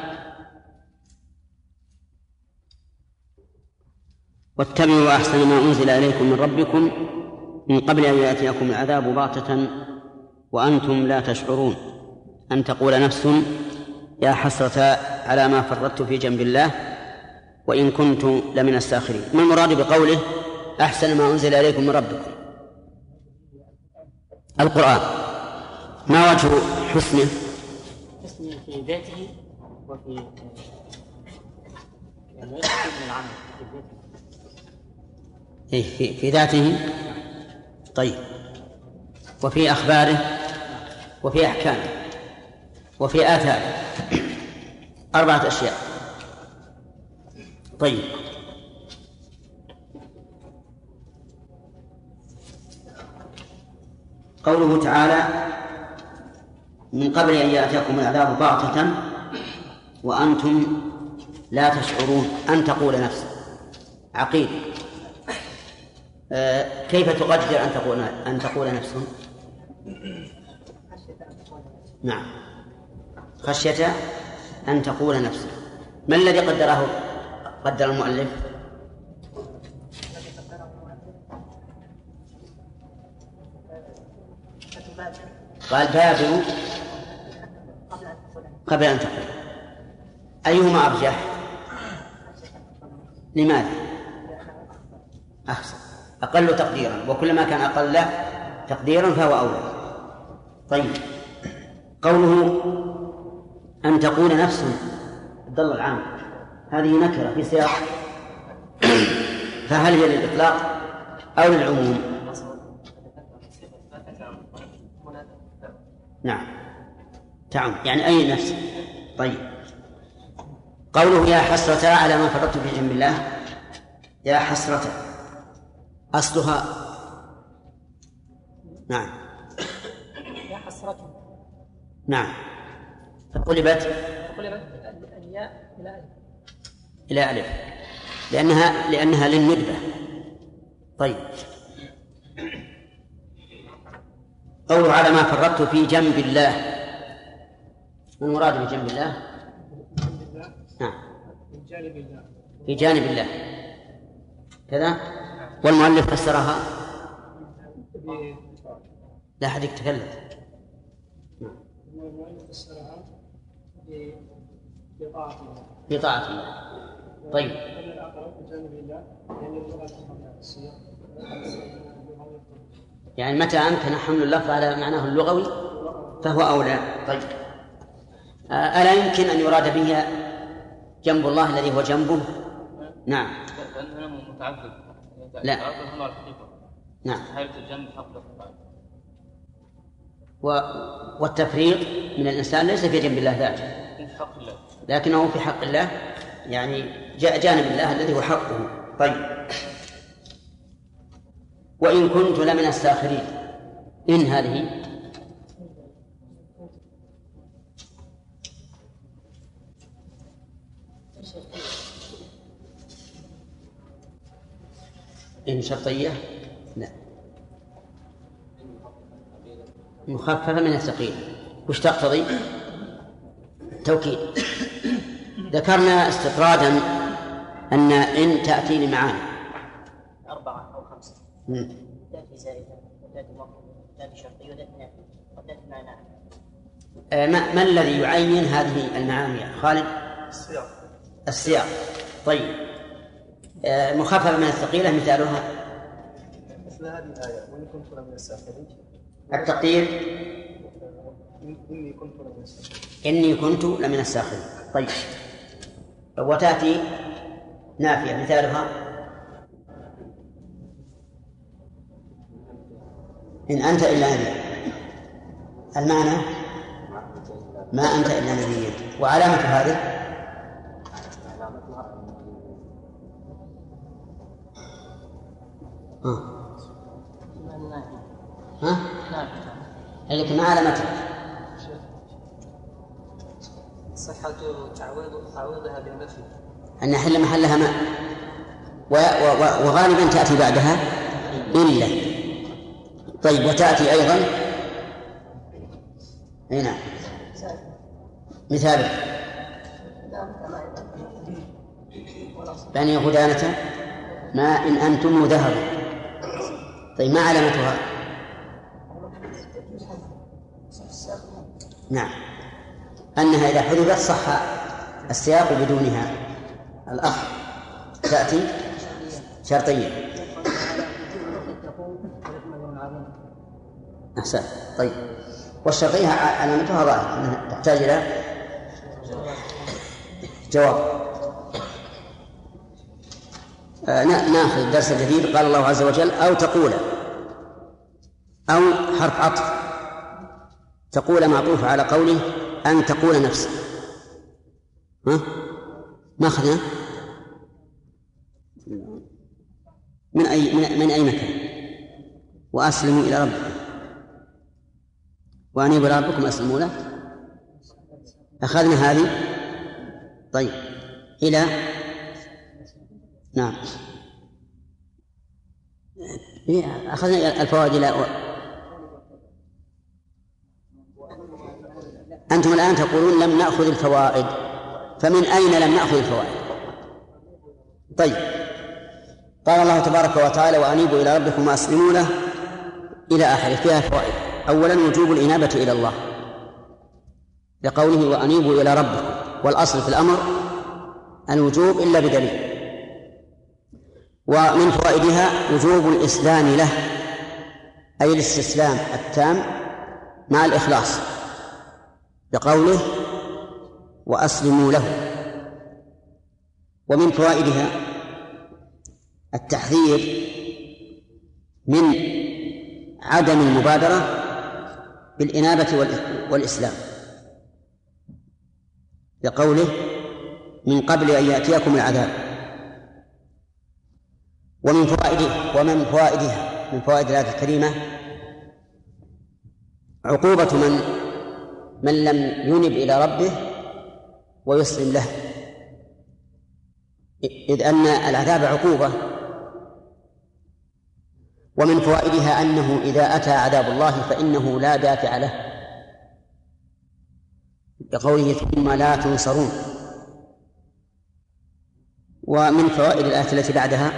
واتبعوا أحسن ما أنزل إليكم من ربكم من قبل أن يأتيكم العذاب بغتة وأنتم لا تشعرون، أن تقول نفس يا حسرة على ما فرطت في جنب الله وإن كنت لمن الساخرين. ما المراد بقوله أحسن ما أنزل إليكم من ربكم؟ القرآن. ما وجه حسنه؟ حسنه في ذاته وفي يعني من العمل في ذاته. طيب. وفي أخباره وفي أحكامه وفي آثاره. 4 أشياء. طيب. قوله تعالى: من قبل أن يأتيكم العذاب بغتة وأنتم لا تشعرون، أن تقول نفس. عقيل. كيف تقدر أن تقول نفس؟ نعم، خشية أن تقول نفس. ما الذي قدر المؤلف؟ قال بادروا قبل أن تقول. أيهما أرجح؟ لماذا؟ أحسن، أقل تقديرا، وكلما كان أقل تقديرا فهو أولى. طيب. قوله أن تقول نفس الضل العام، هذه نكرة في سياق، فهل هي للإطلاق أو للعموم؟ نعم، تعم يعني أي نفس. طيب. قوله يا حسرة على ما فرطت في جنب الله، يا حسرة أصلها نعم يا حسرة. نعم. فقلبت الياء إلى ألف لأنها للندبة. طيب. قوله على ما فرطت في جنب الله، ما المراد بجنب الله؟ نعم، في جانب الله كذا. والمؤلف فسرها لا أحد يتكلم. بطاعة الله. طيب. يعني متى أمكن حمل اللفظ على معناه اللغوي فهو أولى. طيب. ألا يمكن أن يراد به جنب الله الذي هو جنبه؟ نعم. لا. نعم. والتفريط من الإنسان ليس في جنب الله ذاته، لكنه في حق الله، يعني جاء جانب الله الذي هو حقه. طيب. وإن كنت لمن الساخرين، إن هذه إن شرطية؟ لا، مخففة من الثقيل. وش تقتضي؟ توكيد. ذكرنا استطرادا أن إن تأتي لمعاني 4 أو 5. تأتي زائدة وتأتي مفعولة وتأتي شرطية وتأتي نافية وتأتي معنى. ما الذي يعين هذه المعاني يا خالد؟ السياق. طيب. مخففة من الثقيلة مثالها مثل هذه الآية: وإن كنت لمن الساخرين. التقدير إني كنت لمن الساخرين. إني كنت لمن الساخرين. طيب. وتأتي نافية مثالها إن أنت إلا نبي. المعنى ما أنت إلا نبي. وعلامة هذه لكن ما علامتها صحة تعويضها بالنفي أن يحل محلها ماء، وغالبا تأتي بعدها إلا. طيب وتأتي أيضا هنا مثال بني غدانة ما إن أنتم ذهبوا. طيب ما علامتها؟ نعم أنها إذا حذفت صح السياق بدونها. الأخ تأتي شرطية. أحسن. طيب والشرطية علامتها ظاهرة أنها تحتاج إلى جواب. نأخذ الدرس الجديد. قال الله عز وجل أو تقول، أو حرف عطف، تقول معطوف على قوله أن تقول نفسك. ما أخذنا من أي مكان. وأسلموا إلى ربكم وأنيبوا إلى ربكم أسلموا له. أخذنا هذه. طيب إلى نعم أخذنا الفوائد إلى. أنتم الآن تقولون لم نأخذ الفوائد، فمن أين لم نأخذ الفوائد؟ طيب قال الله تبارك وتعالى وأنيبوا إلى ربكم وأسلموا له إلى آخره. فيها فوائد. أولا وجوب الإنابة إلى الله لقوله وأنيبوا إلى ربكم، والأصل في الأمر الوجوب إلا بدليل. ومن فوائدها وجوب الإسلام له، أي الاستسلام التام مع الإخلاص بقوله وأسلموا له. ومن فوائدها التحذير من عدم المبادرة بالإنابة والإسلام بقوله من قبل أن يأتيكم العذاب. ومن فوائدها من فوائد الآية الكريمة عقوبة من لم ينب إلى ربه ويسلم له، إذ أن العذاب عقوبة. ومن فوائدها أنه إذا أتى عذاب الله فإنه لا دافع له بقوله ثم لا تنصرون. ومن فوائد الآية التي بعدها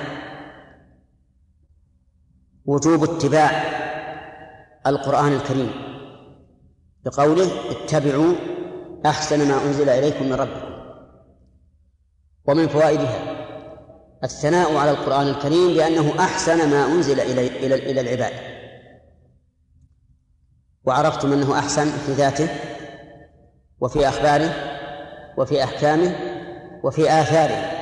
وجوب اتباع القرآن الكريم بقوله اتبعوا أحسن ما أنزل إليكم من ربكم. ومن فوائدها الثناء على القرآن الكريم بأنه أحسن ما أنزل إلى العباد. وعرفتم أنه أحسن في ذاته وفي أخباره وفي أحكامه وفي آثاره،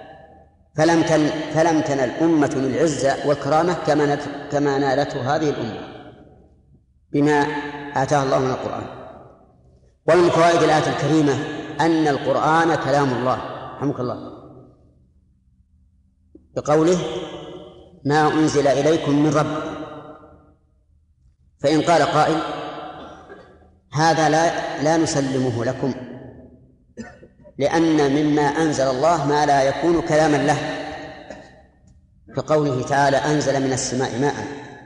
فلم تنل أمة العزة والكرامة كما نالته هذه الأمة بما آتاه الله من القرآن. ومن فوائد الآية الكريمة أن القرآن كلام الله رحمك الله بقوله ما أنزل إليكم من ربكم. فإن قال قائل هذا لا نسلمه لكم لأن مما أنزل الله ما لا يكون كلاما له، كقوله تعالى أنزل من السماء ماء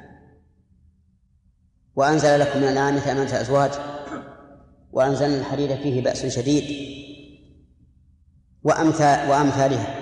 وأنزل لكم من الأنعام ثمانية أزواج وأنزلنا الحديد فيه بأس شديد وأمثالها.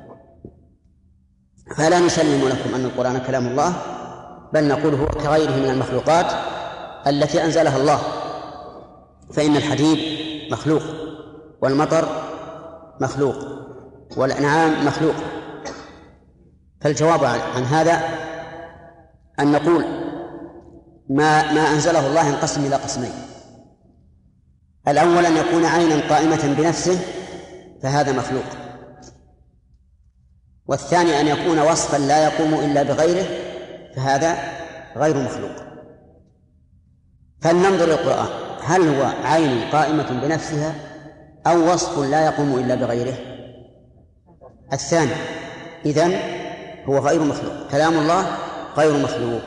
فلا نسلم لكم أن القرآن كلام الله، بل نقول هو كغيره من المخلوقات التي أنزلها الله، فإن الحديد مخلوق والمطر مخلوق والأنعام مخلوق. فالجواب عن هذا أن نقول ما أنزله الله ينقسم إلى قسمين: الأول أن يكون عينا قائمة بنفسه فهذا مخلوق، والثاني أن يكون وصفا لا يقوم إلا بغيره فهذا غير مخلوق. فلننظر للقرآن، هل هو عين قائمة بنفسها أو وصف لا يقوم إلا بغيره؟ الثاني. إذن هو غير مخلوق، كلام الله غير مخلوق.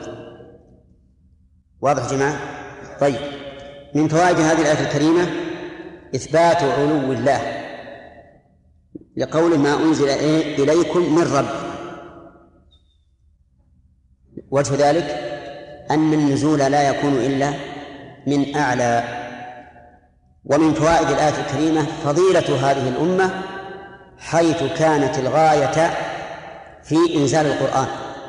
واضح جماعة؟ طيب، من فوائد هذه الآية الكريمة إثبات علو الله لقول ما أنزل إليكم من رب. وجه ذلك أن النزول لا يكون إلا من أعلى. ومن فوائد الآية الكريمة فضيلة هذه الأمة حيث كانت الغاية في إنزال القرآن.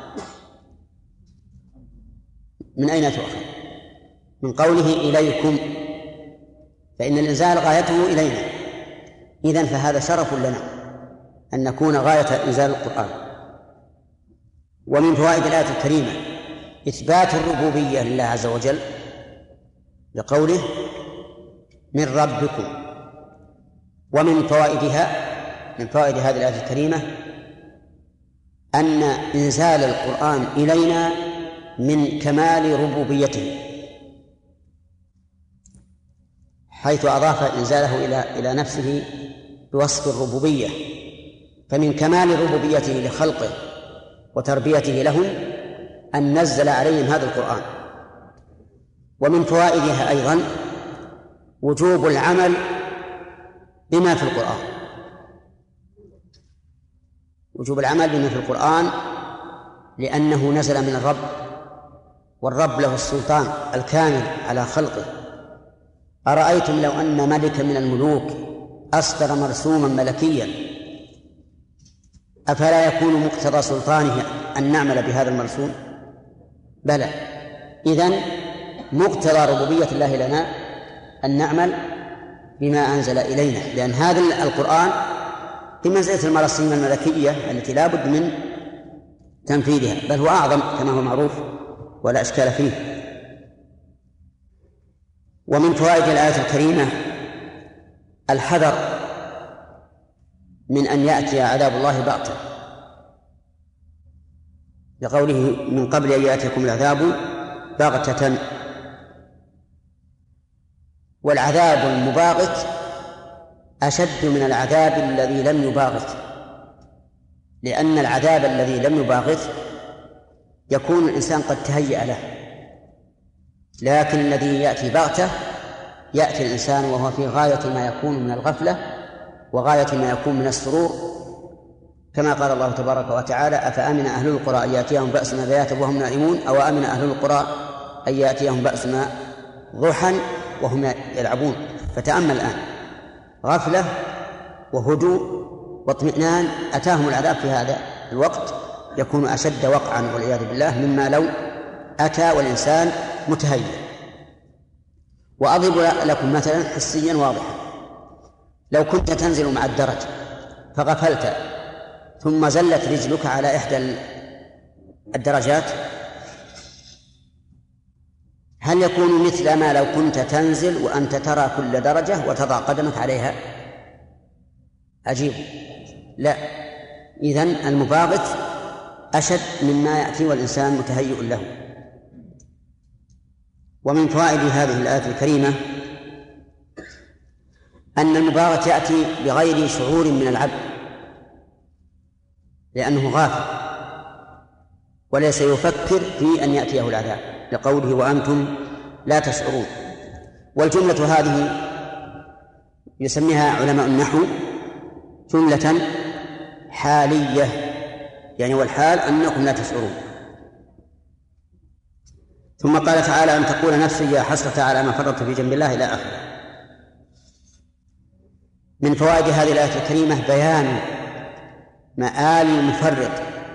من أين تؤخذ؟ من قوله إليكم، فإن الإنزال غايته إلينا، إذن فهذا شرف لنا أن نكون غاية إنزال القرآن. ومن فوائد الآية الكريمة إثبات الربوبية لله عز وجل لقوله من ربكم. ومن فوائدها، من فوائد هذه الآية الكريمة أن إنزال القرآن إلينا من كمال ربوبيته، حيث أضاف إنزاله إلى نفسه بوصف الربوبية، فمن كمال ربوبيته لخلقه وتربيته لهم أن نزل عليهم هذا القرآن. ومن فوائدها أيضا وجوب العمل بما في القرآن، وجوب العمل بما في القرآن لأنه نزل من الرب، والرب له السلطان الكامل على خلقه. أرأيتم لو أن ملكا من الملوك أصدر مرسوما ملكيا أفلا يكون مقتضى سلطانه أن نعمل بهذا المرسوم؟ بلى. إذن مقتضى ربوبية الله لنا أن نعمل بما أنزل إلينا، لأن هذا القرآن بمنزلة المراسيم الملكية التي لا بد من تنفيذها، بل هو أعظم كما هو معروف ولا إشكال فيه. ومن فوائد الآية الكريمة الحذر من أن يأتي عذاب الله بغتة، لقوله من قبل أن يأتيكم العذاب بغتة. والعذاب المباغت أشد من العذاب الذي لم يباغت، لأن العذاب الذي لم يباغت يكون الإنسان قد تهيأ له، لكن الذي يأتي بغتة يأتي الإنسان وهو في غاية ما يكون من الغفلة وغاية ما يكون من السرور، كما قال الله تبارك وتعالى أفأمن أهل القرى أن يأتيهم بأسنا بياتا وهم نائمون أو أمن أهل القرى أن يأتيهم بأسنا ضحى وهم يلعبون. فتأمل الآن غفلة وهدوء واطمئنان، أتاهم العذاب في هذا الوقت يكون أشد وقعا والعياذ بالله مما لو أتى والإنسان متهيئ. وأضرب لكم مثلا حسيا واضحا، لو كنت تنزل مع الدرج فغفلت ثم زلت رجلك على إحدى الدرجات، هل يكون مثل ما لو كنت تنزل وأنت ترى كل درجة وتضع قدمك عليها؟ عجيب. لا. إذن المباغت أشد مما يأتي والإنسان متهيئ له. ومن فوائد هذه الآية الكريمة أن المباغت يأتي بغير شعور من العبد، لأنه غافل وليس يفكر في أن يأتيه العذاب، لقوله وأنتم لا تشعرون. والجملة هذه يسميها علماء النحو جملة حالية، يعني والحال أنكم لا تشعرون. ثم قال تعالى أن تقول نفسي يا حسرة على ما فرطت في جنب الله إلى آخره. من فوائد هذه الآية الكريمة بيان مآل المفرط،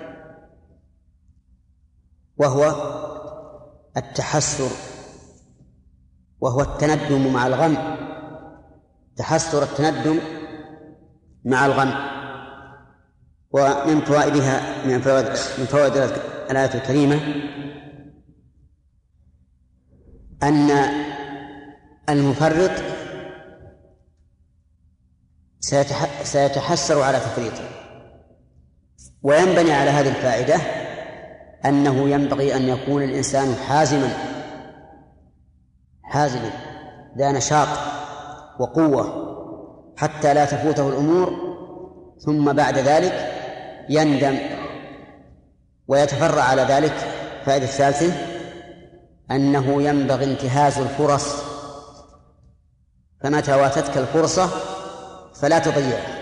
وهو التحسر، وهو التندم مع الغم، تحسر التندم مع الغم. ومن فوائدها من فوائد الآية الكريمة أن المفرط سيتحسر على تفريطه. وينبني على هذه الفائدة أنه ينبغي أن يكون الإنسان حازم ذا نشاط وقوة حتى لا تفوته الأمور، ثم بعد ذلك يندم ويتفرع على ذلك. فائدة الثالثة أنه ينبغي انتهاز الفرص، فمتى واتتك الفرصة فلا تضيعها.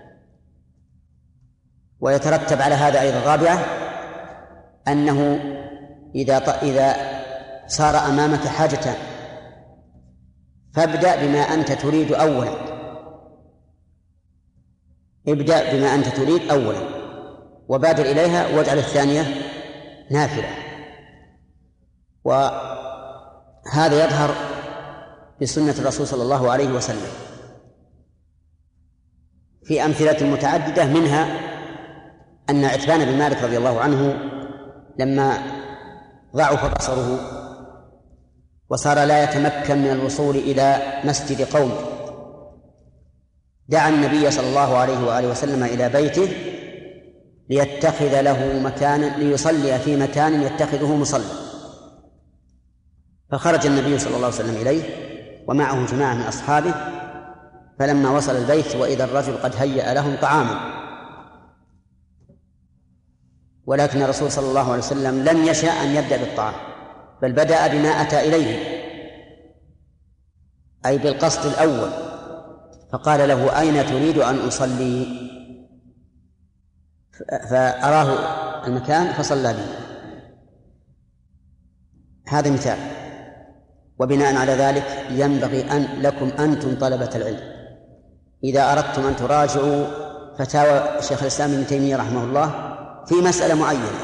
ويترتب على هذا أيضا الرابعة أنه إذا صار أمامك حاجتان فابدأ بما أنت تريد أولا، ابدأ بما أنت تريد أولا وبادر إليها، واجعل الثانية نافلة. وهذا يظهر بسنة الرسول صلى الله عليه وسلم في أمثلة متعددة، منها أن عتبان بن مالك رضي الله عنه لما ضعف بصره وصار لا يتمكن من الوصول إلى مسجد قوم دعا النبي صلى الله عليه وآله وسلم إلى بيته ليتخذ له مكانا ليصلي في مكان يتخذه مصلى. فخرج النبي صلى الله عليه وسلم إليه ومعه جماعة من أصحابه، فلما وصل البيت وإذا الرجل قد هيأ لهم طعاما، ولكن الرسول صلى الله عليه وسلم لم يشأ أن يبدأ بالطعام، بل بدأ بما أتى إليه أي بالقصد الأول، فقال له: أين تريد أن أصلي؟ فأراه المكان فصلى به. هذا مثال. وبناء على ذلك ينبغي لكم أنتم طلبة العلم إذا أردتم أن تراجعوا فتاوى شيخ الإسلام ابن تيمية رحمه الله في مسألة معينة،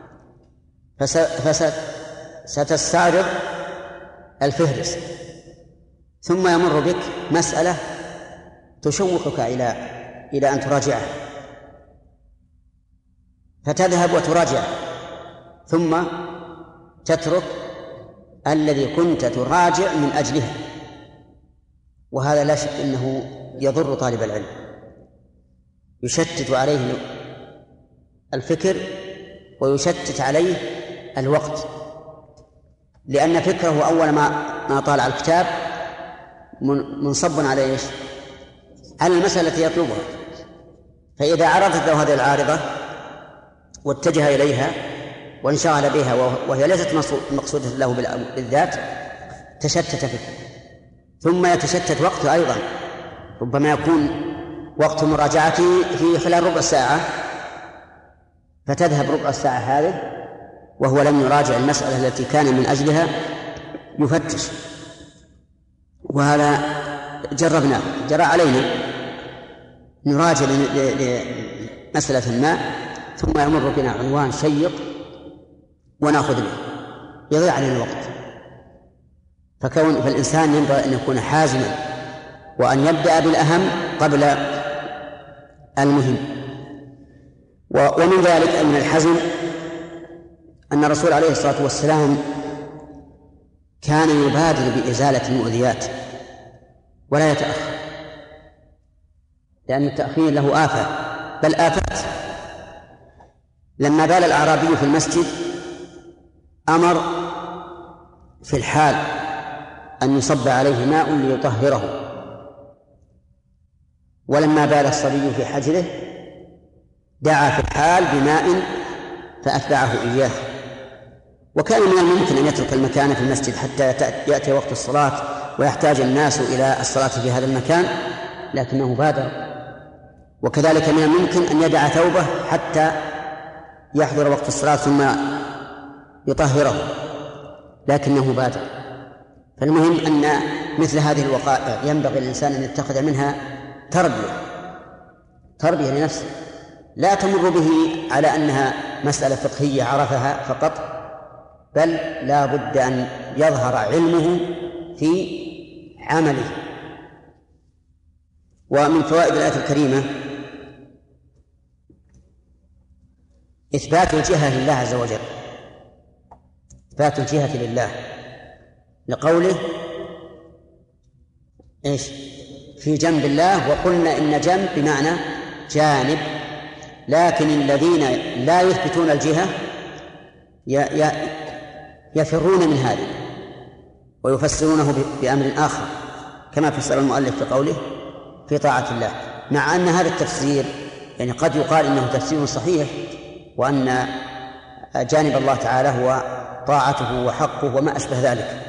ستستعرض الفهرس، ثم يمر بك مسألة تشوقك إلى أن تراجعها، فتذهب وتراجع، ثم تترك الذي كنت تراجع من أجلها. وهذا لا شك أنه يضر طالب العلم، يشتت عليه الفكر ويشتت عليه الوقت، لأن فكره أول ما طالع الكتاب منصب على إيش؟ على المسألة التي يطلبها. فإذا عرضت له هذه العارضة واتجه إليها وانشغل بها وهي ليست مقصودة له بالذات تشتت فكره، ثم يتشتت وقته أيضا. ربما يكون وقت مراجعته في خلال ربع ساعة، فتذهب ربع الساعة هذه وهو لم يراجع المسألة التي كان من أجلها يفتش. وهذا جربناه، جرى علينا نراجع لمسألة ما، ثم يمر بنا عنوان شيق ونأخذ به، يضيع علينا الوقت. فالإنسان ينبغي أن يكون حازما وأن يبدأ بالأهم قبل المهم. ومن ذلك من الحزم أن الرسول عليه الصلاة والسلام كان يبادر بإزالة المؤذيات ولا يتأخر، لأن التأخير له آفة بل آفات. لما بال الأعرابي في المسجد أمر في الحال أن يصب عليه ماء ليطهره، ولما بال الصبي في حجره دعا في الحال بماء فأتبعه إياه. وكان من الممكن أن يترك المكان في المسجد حتى يأتي وقت الصلاة ويحتاج الناس إلى الصلاة في هذا المكان، لكنه بادر. وكذلك من الممكن أن يدع ثوبه حتى يحضر وقت الصلاة ثم يطهره، لكنه بادر. فالمهم أن مثل هذه الوقائع ينبغي للإنسان أن يتخذ منها تربية لنفسه، لا تمر به على أنها مسألة فقهية عرفها فقط، بل لا بد أن يظهر علمه في عمله. ومن فوائد الآية الكريمة إثبات الجهة لله عز وجل، إثبات الجهة لله، لقوله إيش؟ في جنب الله. وقلنا إن جنب بمعنى جانب، لكن الذين لا يثبتون الجهة يفرون من هذه، ويفسرونه بأمر آخر كما فسر المؤلف في قوله في طاعة الله، مع أن هذا التفسير يعني قد يقال إنه تفسير صحيح، وأن جانب الله تعالى هو طاعته وحقه وما أشبه ذلك،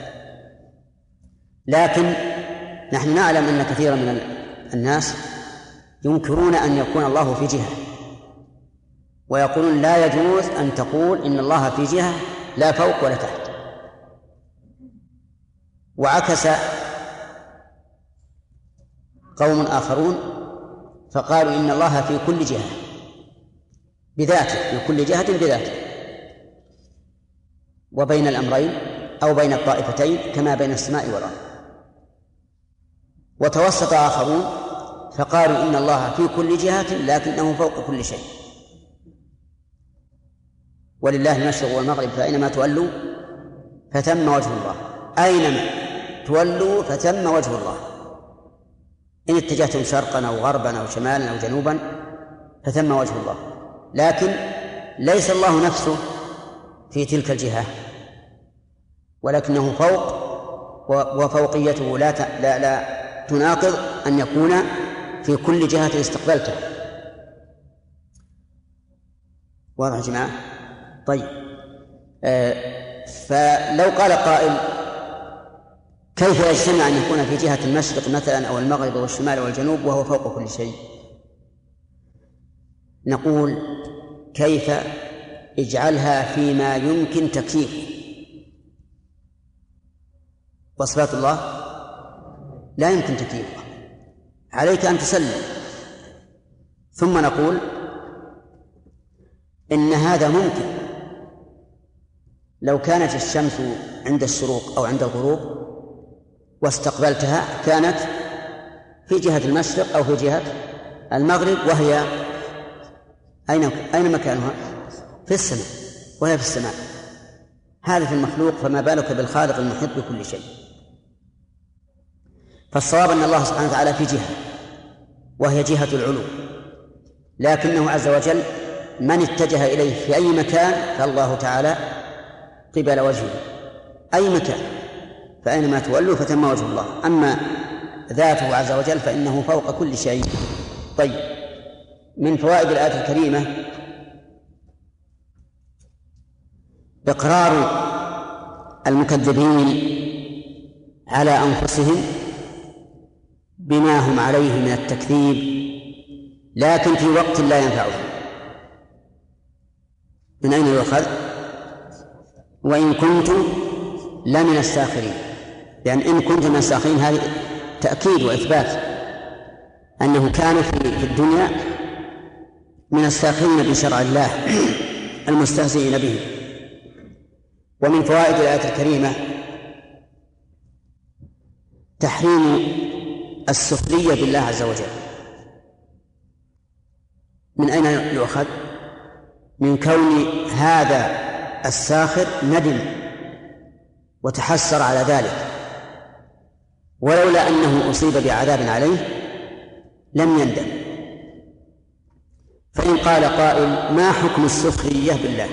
لكن نحن نعلم أن كثيرا من الناس ينكرون أن يكون الله في جهة، ويقولون لا يجوز أن تقول إن الله في جهة لا فوق ولا تحت. وعكس قوم آخرون فقالوا إن الله في كل جهة بذاته، في كل جهة بذاته، وبين الأمرين أو بين الطائفتين كما بين السماء والأرض. وتوسط آخرون فقالوا إن الله في كل جهة لكنه فوق كل شيء، ولله المشرق والمغرب فأينما تولوا فثم وجه الله، أينما تولوا فثم وجه الله، إن اتجهتم شرقا أو غربا أو شمالا أو جنوبا فثم وجه الله، لكن ليس الله نفسه في تلك الجهة، ولكنه فوق، وفوقيته لا تناقض أن يكون في كل جهة استقبلته. واضح يا جماعة؟ طيب، فلو قال قائل كيف يجتمع أن يكون في جهة المشرق مثلا أو المغرب والشمال والجنوب وهو فوق كل شيء؟ نقول كيف اجعلها فيما يمكن تكييفه، وصفات الله لا يمكن تكييفها، عليك أن تسلم. ثم نقول إن هذا ممكن لو كانت الشمس عند الشروق أو عند الغروب واستقبلتها كانت في جهة المشرق أو في جهة المغرب، وهي أين مكانها؟ في السماء، وهي في السماء. هذا في المخلوق، فما بالك بالخالق المحيط بكل شيء. فالصواب أن الله سبحانه وتعالى في جهة وهي جهة العلو، لكنه عز وجل من اتجه إليه في أي مكان فالله تعالى قبل وجهه أي مكان، فأينما تولوا فثم وجه الله. أما ذاته عز وجل فإنه فوق كل شيء. طيب، من فوائد الآية الكريمة إقرار المكذبين على أنفسهم بما هم عليه من التكذيب، لكن في وقت لا ينفعهم. من أين يؤخذ؟ وإن كنتم لمن الساخرين، لأن إن كنت من الساخرين هذه تأكيد وإثبات أنه كان في الدنيا من الساخرين بشرع الله المستهزئين به. ومن فوائد الآية الكريمة تحريم السخرية بالله عز وجل. من أين يؤخذ؟ من كون هذا الساخر ندم وتحسر على ذلك، ولولا أنه أصيب بعذاب عليه لم يندم. فإن قال قائل ما حكم السخرية بالله؟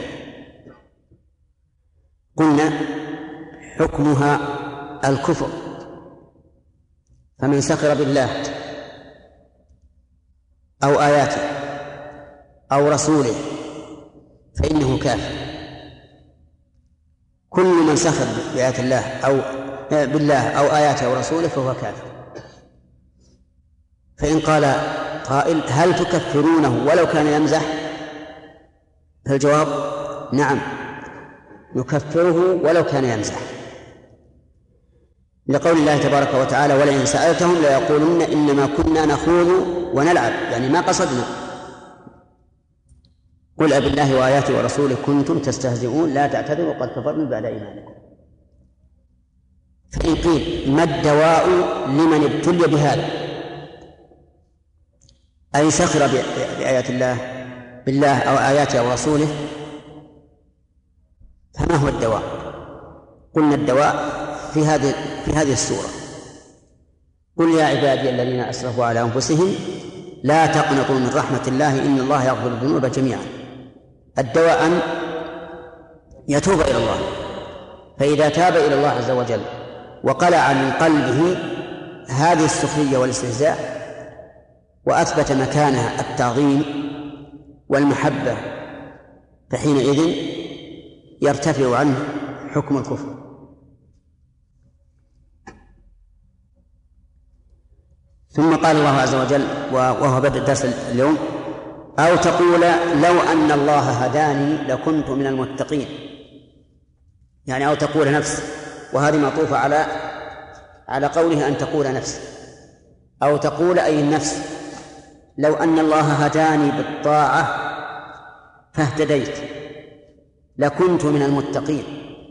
قلنا حكمها الكفر، فمن سخر بالله أو آياته أو رسوله فإنه كافر. كل من سخر بآيات الله أو بالله أو آياته أو رسوله فهو كافر. فإن قال قائل هل تكفرونه ولو كان يمزح؟ فالجواب نعم، نكفره ولو كان يمزح، لقول الله تبارك وتعالى ولئن سألتهم ليقولن إنما كنا نخوض ونلعب، يعني ما قصدنا. قل أبالله وآياته ورسوله كنتم تستهزئون لا تعتذروا قد كفرتم بعد إيمانكم. فإن قيل ما الدواء لمن ابتلي بهذا أي سخر بآيات الله بالله أو آياته أو رسوله، فما هو الدواء؟ قلنا الدواء في هذه السورة قل يا عبادي الذين أسرفوا على أنفسهم لا تقنطوا من رحمة الله إن الله يغفر الذنوب جميعا. الدواء أن يتوب إلى الله، فإذا تاب إلى الله عز وجل وقلع من قلبه هذه السخرية والاستهزاء وأثبت مكانها التعظيم والمحبة، فحينئذ يرتفع عنه حكم الكفر. ثم قال الله عز وجل وهو بدء الدرس اليوم: أو تقول لو أن الله هداني لكنت من المتقين. يعني أو تقول نفس، وهذه معطوفة على قوله أن تقول نفس. أو تقول أي النفس: لو أن الله هداني بالطاعة فاهتديت لكنت من المتقين.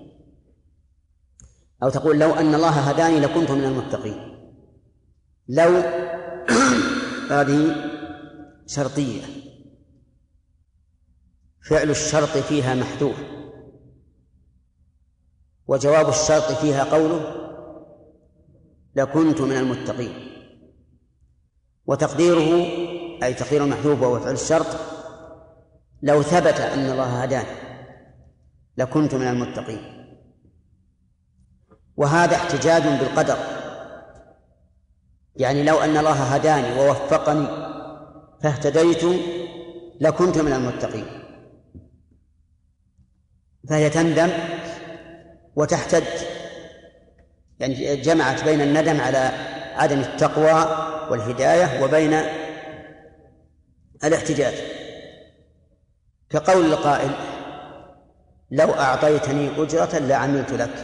أو تقول لو أن الله هداني لكنت من المتقين. لو هذه شرطية، فعل الشرط فيها محذوف، وجواب الشرط فيها قوله لكنت من المتقين، وتقديره أي تقدير المحذوف وهو فعل الشرط: لو ثبت أن الله هداني لكنت من المتقين. وهذا احتجاج بالقدر، يعني لو أن الله هداني ووفقني فاهتديت لكنت من المتقين، فهي تندم وتحتج، يعني جمعت بين الندم على عدم التقوى والهداية وبين الاحتجاج، كقول القائل: لو أعطيتني أجرة لعملت لك،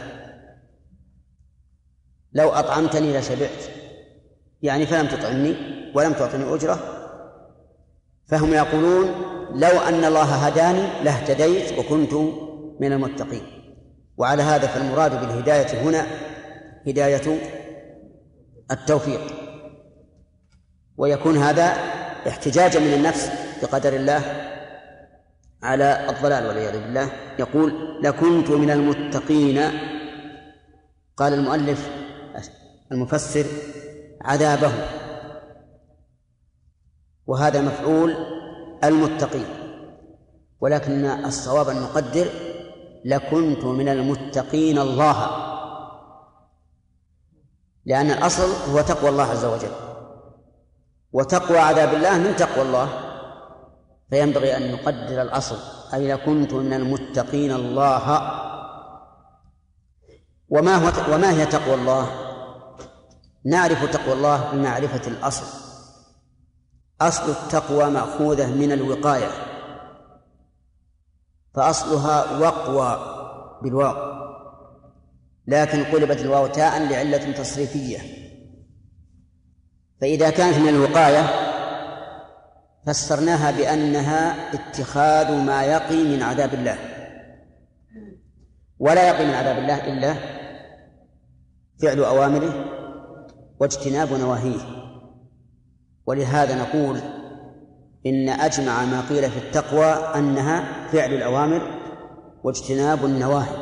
لو أطعمتني لشبعت، يعني فلم تطعمني ولم تعطني أجرة. فهم يقولون لو أن الله هداني لاهتديت وكنت من المتقين. وعلى هذا فالمراد بالهداية هنا هداية التوفيق، ويكون هذا احتجاجا من النفس بقدر الله على الضلال والعياذ بالله. يقول لكنت من المتقين. قال المؤلف المفسر: عذابه، وهذا مفعول المتقين، ولكن الصواب أن نقدر لكنت من المتقين الله، لأن الأصل هو تقوى الله عز وجل، وتقوى عذاب الله من تقوى الله، فينبغي أن نقدر الأصل أي لكنت من المتقين الله. وما هي تقوى الله؟ نعرف تقوى الله بمعرفة الأصل. أصل التقوى مأخوذة من الوقاية، فأصلها وقوى بالواو، لكن قلبت الواو تاء لعلة تصريفية. فإذا كانت من الوقاية فسرناها بأنها اتخاذ ما يقي من عذاب الله، ولا يقي من عذاب الله إلا فعل أوامره واجتناب نواهيه. ولهذا نقول إن أجمع ما قيل في التقوى أنها فعل الأوامر واجتناب النواهي.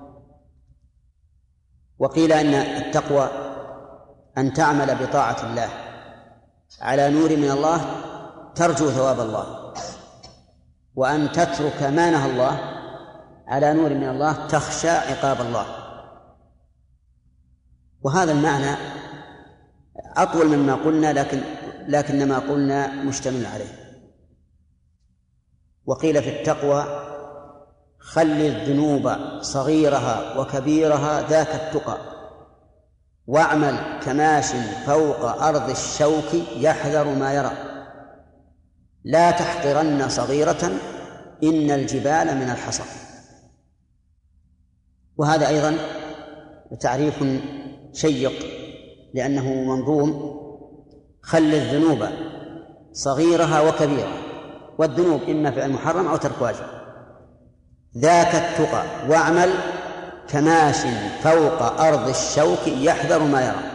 وقيل أن التقوى أن تعمل بطاعة الله على نور من الله ترجو ثواب الله، وأن تترك ما نهى الله على نور من الله تخشى عقاب الله. وهذا المعنى أطول مما قلنا، لكن ما قلنا مشتمل عليه. وقيل في التقوى خل الذنوب صغيرها وكبيرها ذاك التقى، واعمل كماش فوق أرض الشوك يحذر ما يرى، لا تحقرن صغيرة إن الجبال من الحصى. وهذا أيضا تعريف شيق لأنه منظوم: خل الذنوب صغيرها وكبيرها، والذنوب إما فعل محرم أو ترك واجب، ذاك التقى، واعمل كماش فوق أرض الشوك يحذر ما يرى.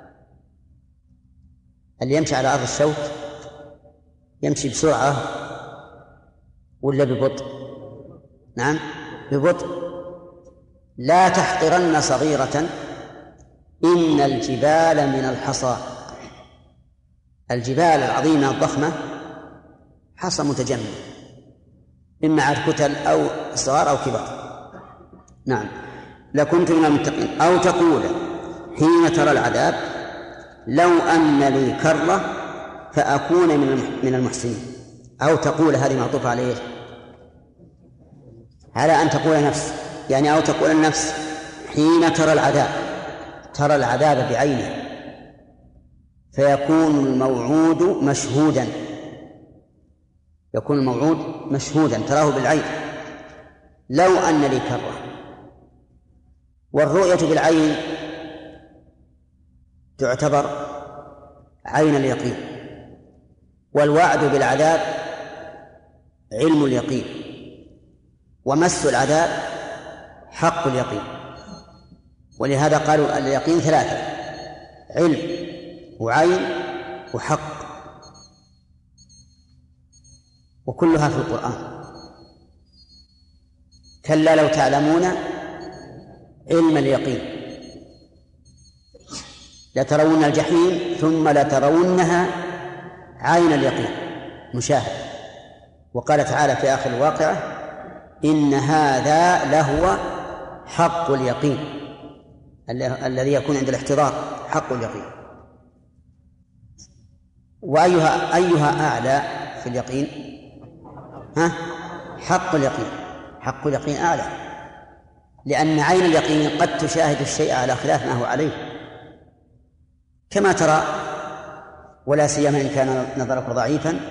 اللي يمشي على أرض الشوك يمشي بسرعة ولا ببطء؟ نعم ببطء. لا تحقرن صغيرة إن الجبال من الحصى. الجبال العظيمة الضخمة حصى متجمد، إما على كتل أو صغار أو كبار. نعم لكنت من المتقين. أو تقول حين ترى العذاب لو أن لي كرة فأكون من المحسنين. أو تقول هذه معطوفة عليه على أن تقول نفس، يعني أو تقول النفس حين ترى العذاب، ترى العذاب بعينه، فيكون الموعود مشهودا، يكون الموعود مشهودا تراه بالعين. لو أن لي كرة، والرؤية بالعين تعتبر عين اليقين، والوعد بالعذاب علم اليقين، ومس العذاب حق اليقين. ولهذا قالوا اليقين ثلاثة: علم وعين وحق، وكلها في القرآن. كلا لو تعلمون علم اليقين لترون الجحيم ثم لترونها عين اليقين مشاهد. وقال تعالى في آخر الواقعة: إن هذا لهو حق اليقين الذي يكون عند الاحتضار، حق اليقين. وأيها أعلى في اليقين؟ حق اليقين. حق اليقين أعلى، لأن عين اليقين قد تشاهد الشيء على خلاف ما هو عليه، كما ترى، ولا سيما إن كان نظرك ضعيفا،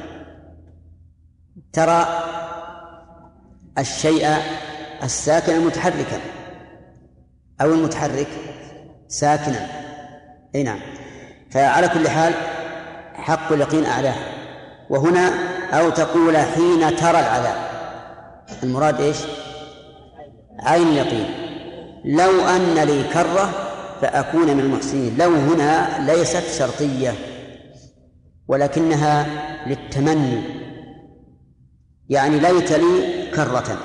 ترى الشيء الساكن متحركا أو المتحرك ساكنا. أي نعم. فعلى كل حال حق اليقين أعلاه. وهنا أو تقول حين ترى العذاب، المراد إيش؟ عين اليقين. لو أن لي كرة فأكون من المحسنين. لو هنا ليست شرطية ولكنها للتمني، يعني ليت لي كرة.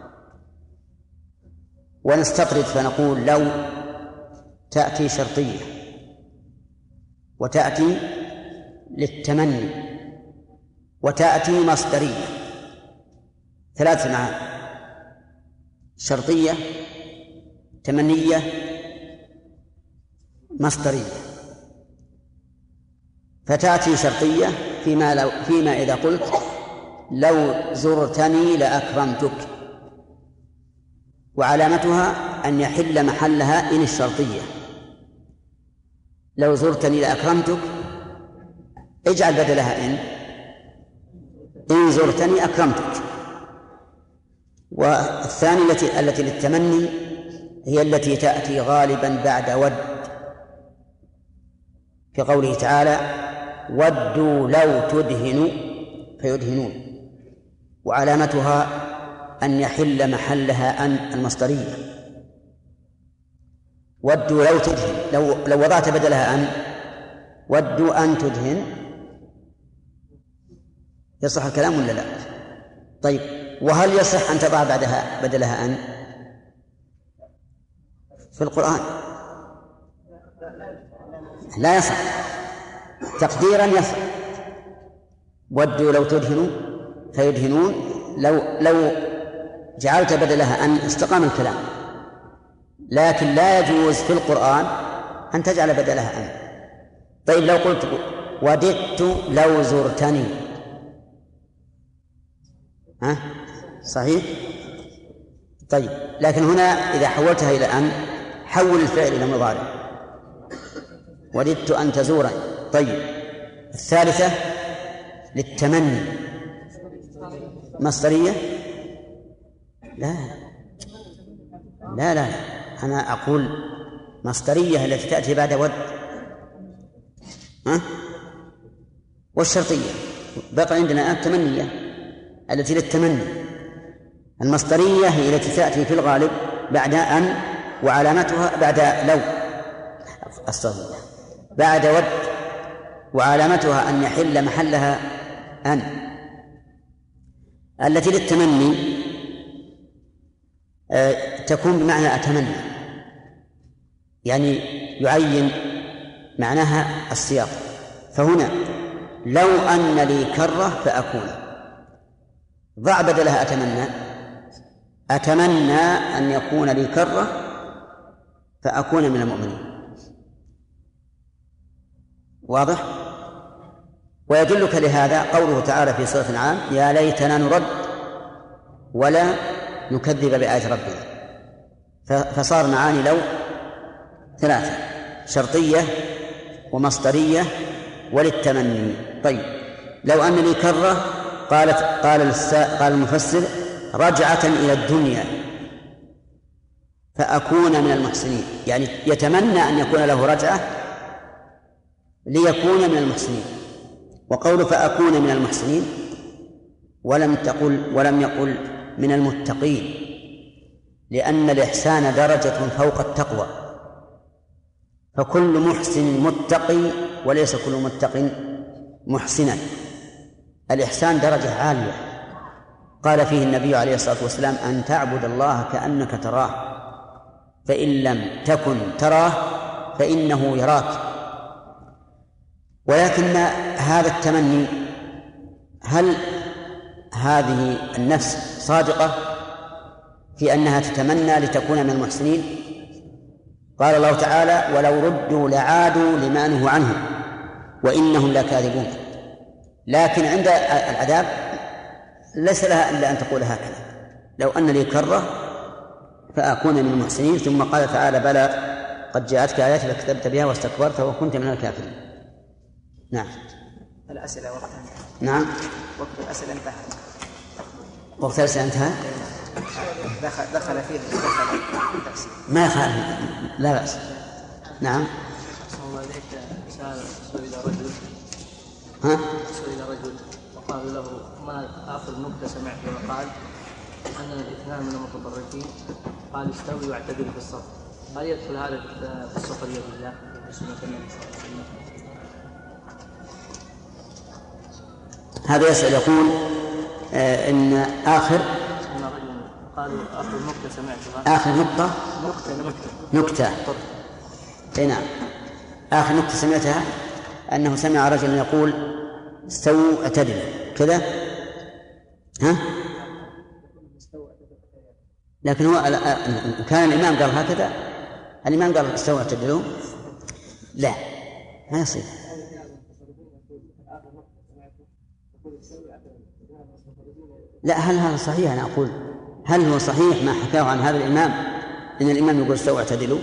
ونستطرد فنقول لو تأتي شرطية وتأتي للتمني وتأتي مصدرية، ثلاث معاني: شرطية، تمنية، مصدرية. فتأتي شرطية فيما إذا قلت لو زرتني لأكرمتك، وعلامتها أن يحل محلها إن الشرطية. لو زرتني لأكرمتك اجعل بدلها إن زرتني أكرمتك. والثانية التي للتمني هي التي تأتي غالبا بعد ود، في قوله تعالى: ودوا لو تدهن فيدهنون، وعلامتها أن يحل محلها أن المصدرية. ودوا لو تدهن، لو وضعت بدلها أن، ودوا أن تدهن، يصح الكلام ولا لا؟ طيب، وهل يصح أن تضع بعدها بدلها أن في القرآن؟ لا يصح. تقديرا يصح: ودوا لو تدهنوا فيدهنون. لو جعلت بدلها أن استقام الكلام، لكن لا يجوز في القرآن أن تجعل بدلها أن. طيب، لو قلت وددت لو زرتني، صحيح؟ طيب، لكن هنا إذا حولتها إلى أن، حول الفعل إلى مضارع: وددت أن تزورني. طيب، الثالثة للتمني، مصدرية؟ لا لا لا، أنا أقول مصدرية التي تأتي بعد ود. والشرطية بقى عندنا التمنية التي للتمني. المصدرية هي التي تأتي في الغالب بعد أن، وعلامتها بعد لو، أستغفر، بعد ود، وعلامتها أن يحل محلها أن. التي للتمني تكون بمعنى أتمنى، يعني يعين معناها السياق. فهنا لو أن لي كرة فأكون، ضع بدلها أتمنى أن يكون لي كرة فأكون من المؤمنين. واضح؟ ويدلك لهذا قوله تعالى في سورة الأنعام: يا ليتنا نرد ولا نكذب بآيات ربنا. فصار معاني لو ثلاثة: شرطية ومصدرية وللتمني. طيب، لو أن لي كرة، قال المفسر: رجعة إلى الدنيا فأكون من المحسنين، يعني يتمنى أن يكون له رجعة ليكون من المحسنين. وقول فأكون من المحسنين ولم يقل من المتقين، لأن الإحسان درجة فوق التقوى، فكل محسن متقي وليس كل متق محسنا. الإحسان درجة عالية قال فيه النبي عليه الصلاة والسلام: أن تعبد الله كأنك تراه فإن لم تكن تراه فإنه يراك. ولكن هذا التمني، هل هذه النفس صادقة في أنها تتمنى لتكون من المحسنين؟ قال الله تعالى: ولو ردوا لعادوا لما نهوا عنه وإنهم لكاذبون. لكن عند العذاب ليس لها إلا أن تقول هكذا: لو أن لي كرة فأكون من المحسنين. ثم قال تعالى: بلى قد جاءتك آياتي فكذبت بها واستكبرت وكنت من الكافرين. نعم. الأسئلة وقتها. نعم. وقت الأسئلة انتهى. وقت الأسئلة انتهى. دخل فيه التفسير. ما يخالف، لا بأس. نعم. سئل رجل ها؟ سئل رجل وقال له: ما آخر نكتة سمعته؟ وقال: أن الاثنان من المتطرفين قال: استوي واعتدل في الصف. هل يدخل هذا في السخرية بالله بسنة النبي صلى الله عليه وسلم؟ هذا يسأل يقول إن آخر قالوا آخر نكتة سمعتها. آخر نكتة. أي نعم. آخر نكتة سمعتها أنه سمع رجلا يقول: استووا اعتدلوا كذا. ها؟ لكن هو كان الإمام قال هكذا، الإمام قال: استووا اعتدلوا. لا، ما يصير. لا، هل هذا صحيح؟ أنا أقول هل هو صحيح ما حكاه عن هذا الإمام إن الإمام يقول: استووا اعتدلوا؟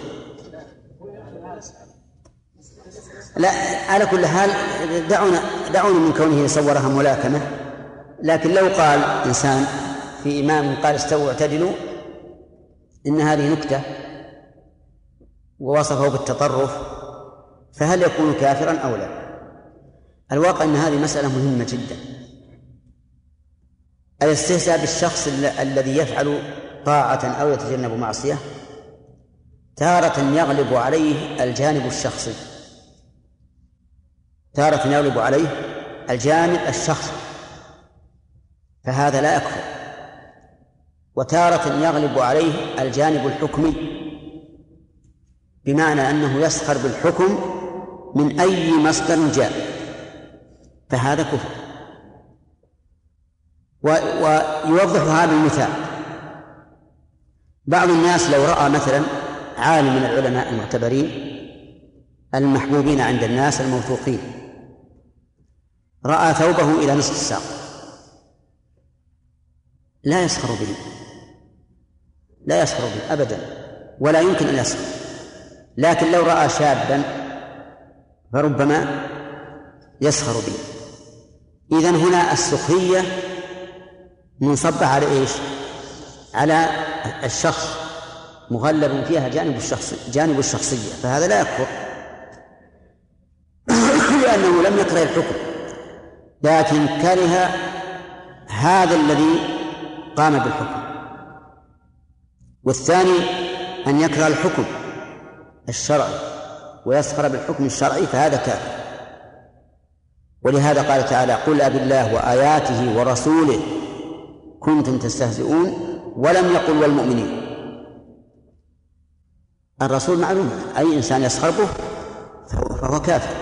لا، على كل حال دعونا من كونه صورها ملاكمة. لكن لو قال إنسان في إمام قال: استووا اعتدلوا، إن هذه نكتة ووصفه بالتطرف، فهل يكون كافرا أو لا؟ الواقع أن هذه مسألة مهمة جدا. الاستهزاء بالشخص الذي يفعل طاعة أو يتجنب معصية تارة يغلب عليه الجانب الشخصي، تارة يغلب عليه الجانب الشخصي فهذا لا يكفر، وتارة يغلب عليه الجانب الحكمي، بمعنى أنه يسخر بالحكم من أي مصدر جاء، فهذا كفر. ويوضح هذا المثال: بعض الناس لو رأى مثلا عالم من العلماء المعتبرين المحبوبين عند الناس الموثوقين، رأى ثوبه إلى نصف الساق، لا يسخر به، لا يسخر به أبدا، ولا يمكن أن يسخر. لكن لو رأى شابا فربما يسخر به. إذن هنا السخرية منصبة على إيش؟ على الشخص، مغلب فيها جانب الشخصية، فهذا لا يكفر لأنه لم يكره الحكم، لكن كره هذا الذي قام بالحكم. والثاني أن يكره الحكم الشرعي ويسخر بالحكم الشرعي، فهذا كافر. ولهذا قال تعالى: قل أبالله وآياته ورسوله كنتم تستهزئون، ولم يقل والمؤمنين. الرسول معلوم، أي إنسان يسخر به فهو كافر،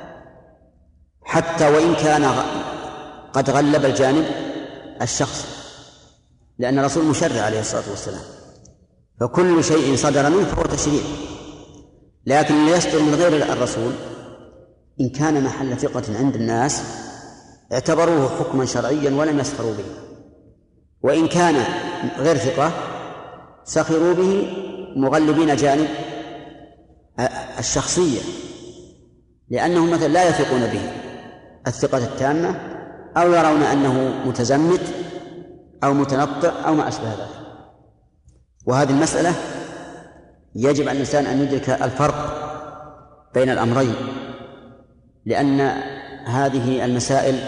حتى وإن كان قد غلب الجانب الشخصي، لأن الرسول مشرع عليه الصلاة والسلام، فكل شيء صدر منه فهو تشريع. لكن اللي يصدر من غير الرسول إن كان محل ثقة عند الناس اعتبروه حكما شرعيا ولم يسخروا به، وإن كان غير ثقة سخروا به مغلبين جانب الشخصية، لأنهم مثلا لا يثقون به الثقة التامة، أو يرون أنه متزمت أو متنطع أو ما أشبه ذلك. وهذه المسألة يجب على الإنسان أن يدرك الفرق بين الأمرين، لأن هذه المسائل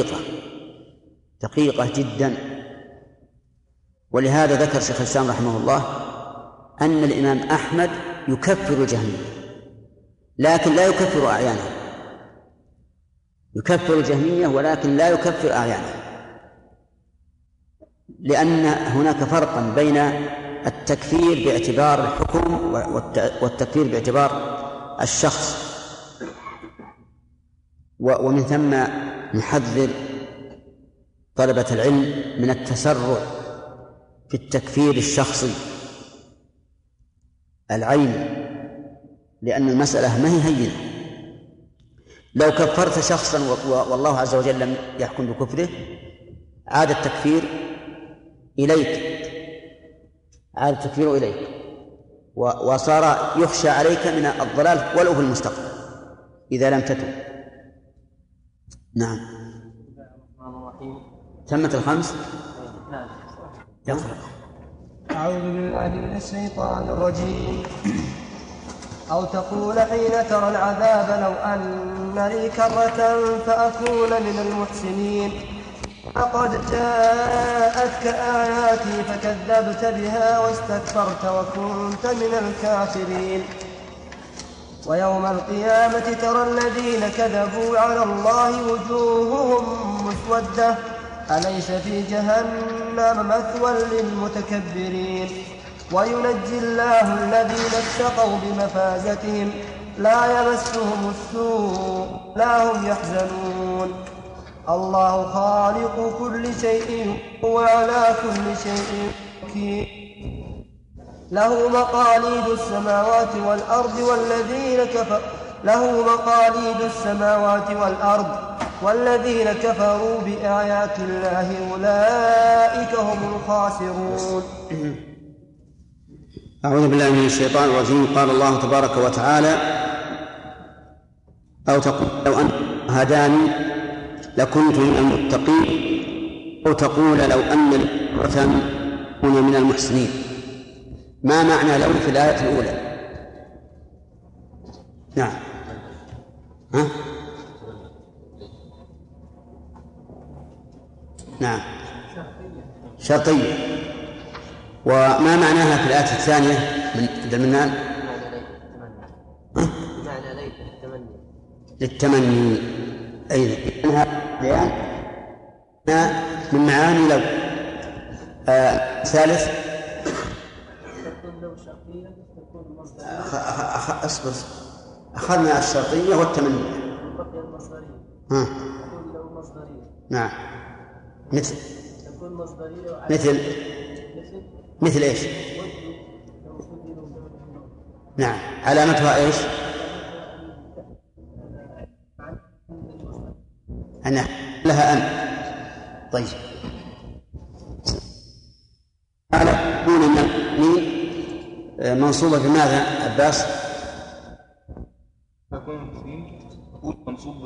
دقيقة جدا. ولهذا ذكر شيخ الإسلام رحمه الله أن الإمام أحمد يكفر الجهمية، لكن لا يكفر أعيانه، يكفر الجهمية ولكن لا يكفر أعيانه، لأن هناك فرقا بين التكفير باعتبار الحكم والتكفير باعتبار الشخص. ومن ثم نحذر طلبة العلم من التسرع في التكفير الشخصي العيني، لأن المسألة ما هي هينة. لو كفرت شخصا والله عز وجل لم يحكم بكفره عاد التكفير إليك وصار يخشى عليك من الضلال ولو في المستقبل إذا لم تتب. نعم. تمت الخمس. أعوذ بالله من الشيطان الرجيم. أو تقول حين ترى العذاب لو أن لي كرة فأكون من المحسنين. لقد جاءتك آياتي فكذبت بها واستكبرت وكنت من الكافرين. ويوم القيامة ترى الذين كذبوا على الله وجوههم مسودة أليس في جهنم مثوى للمتكبرين. وينجي الله الذين اتقوا بمفازتهم لا يمسهم السوء لا هم يحزنون. الله خالق كل شيء وعلى كل شيء وكيل. له مقاليد السماوات والأرض والذين كفروا بآيات الله أولئك هم الخاسرون. أعوذ بالله من الشيطان الرجيم. قال الله تبارك وتعالى: أو تقول لو أن هداني لكنت من المتقين، أو تقول لو أن الكرة كن من المحسنين. ما معنى لو في الآية الأولى؟ نعم. نعم شرطية. وما معناها في الآية الثانية من المنان؟ معنى للتمني أيضا، إنها بيان من معاني لو. ثالث أصبر، أخذنا الشرطية والتمني. نعم. مثل إيش؟ نعم. علامتها إيش؟ أنا لها أن. طيب. على كون من منصوبة بماذا عباس؟ أقول منصوب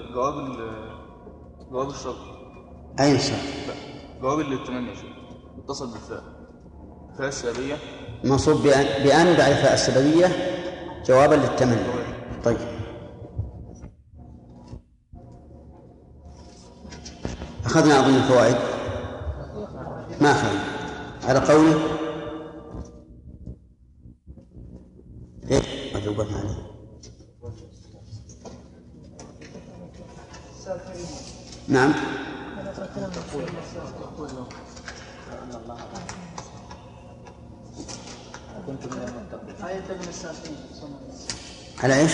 جواب الشرط. أين الشرط؟ جواب للتمني متصل بالفاء، فاء السببية منصوب بأن بعد فاء السببية جوابا للتمني. طيب. أخذنا أظن الفوائد. ما أخذنا على قوله إيه أجوبة عليه. نعم. على إيش؟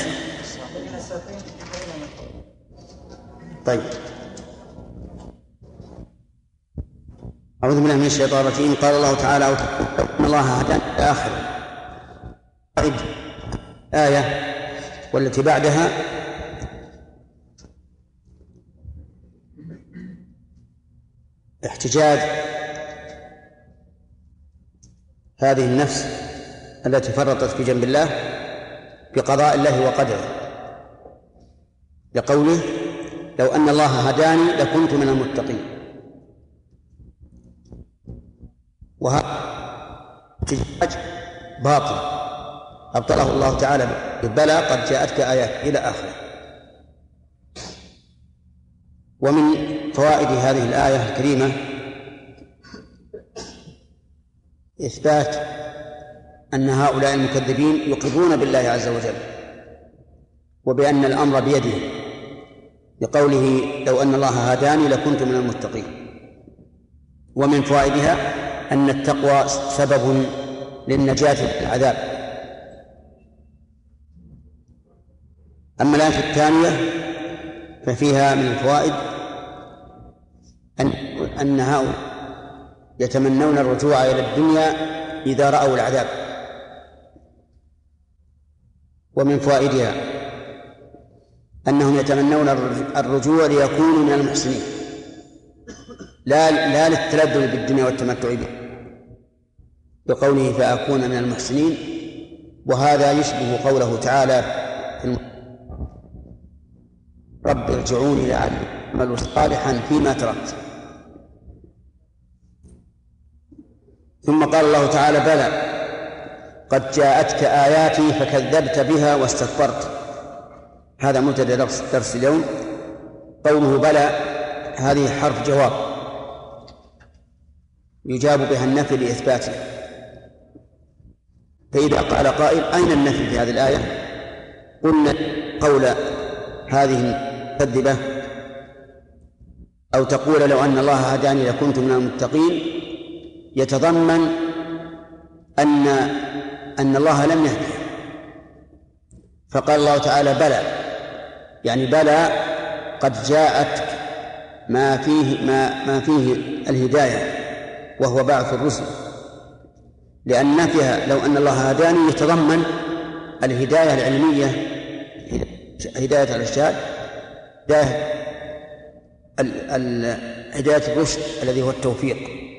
طيب. أعوذ بالله من الشيطان الرجيم. قال الله تعالى: إن الله هدانا إلى آخر آية والتي بعدها احتجاج هذه النفس التي فرطت في جنب الله بقضاء الله وقدره، لقوله لو أن الله هداني لكنت من المتقين. وهذا احتجاج باطل أبطله الله تعالى بلى قد جاءتك آيات إلى آخره. ومن فوائد هذه الآية الكريمة إثبات أن هؤلاء المكذبين يقرون بالله عز وجل وبأن الأمر بيده، لقوله لو أن الله هداني لكنت من المتقين. ومن فوائدها أن التقوى سبب للنجاة من العذاب. أما الآية الثانية ففيها من الفوائد أن هؤلاء يتمنون الرجوع إلى الدنيا إذا رأوا العذاب. ومن فوائدها أنهم يتمنون الرجوع ليكونوا من المحسنين، لا للتلذذ بالدنيا والتمتع به، بقوله فأكون من المحسنين. وهذا يشبه قوله تعالى في رب ارجعوني لعلي أعمل صالحا فيما تركت. ثم قال الله تعالى بلى قد جاءتك آياتي فكذبت بها واستكبرت. هذا مبتدأ درس اليوم. قوله بلى هذه حرف جواب يجاب بها النفي لإثباته. فإذا قال قائل أين النفي في هذه الآية؟ قلنا قول هذه المكذبة أو تقول لو أن الله هداني لكنت من المتقين يتضمن أن الله لم يهده، فقال الله تعالى بلى، يعني بلى قد جاءتك ما فيه الهداية وهو بعث الرسل، لأن نفيها لو أن الله هداني يتضمن الهداية العلمية، هداية الإرشاد، هداية الرشد الذي هو التوفيق.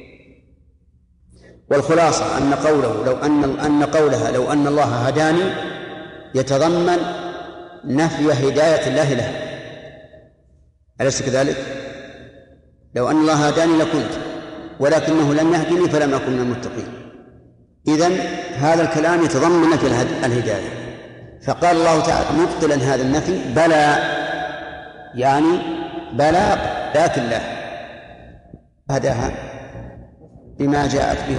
والخلاصة أن قولها لو أن الله هداني يتضمن نفي هداية الله له، أليس كذلك؟ لو أن الله هداني لكنت، ولكنه لم يهدني فلم أكن من المتقين. إذن هذا الكلام يتضمن نفي الهداية. فقال الله تعالى مبطلا هذا النفي بلى، يعني بلى ذات الله هداها بما جاءت به،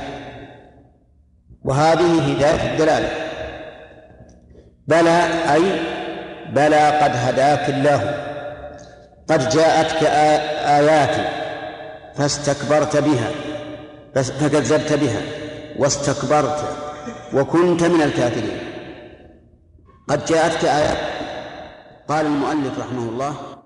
وهذه هداية الدلالة. بلى أي بلى قد هداك الله، قد جاءتك آياتي فاستكبرت بها، فكذبت بها واستكبرت وكنت من الكافرين. قد جاءتك آيات. قال المؤلف رحمه الله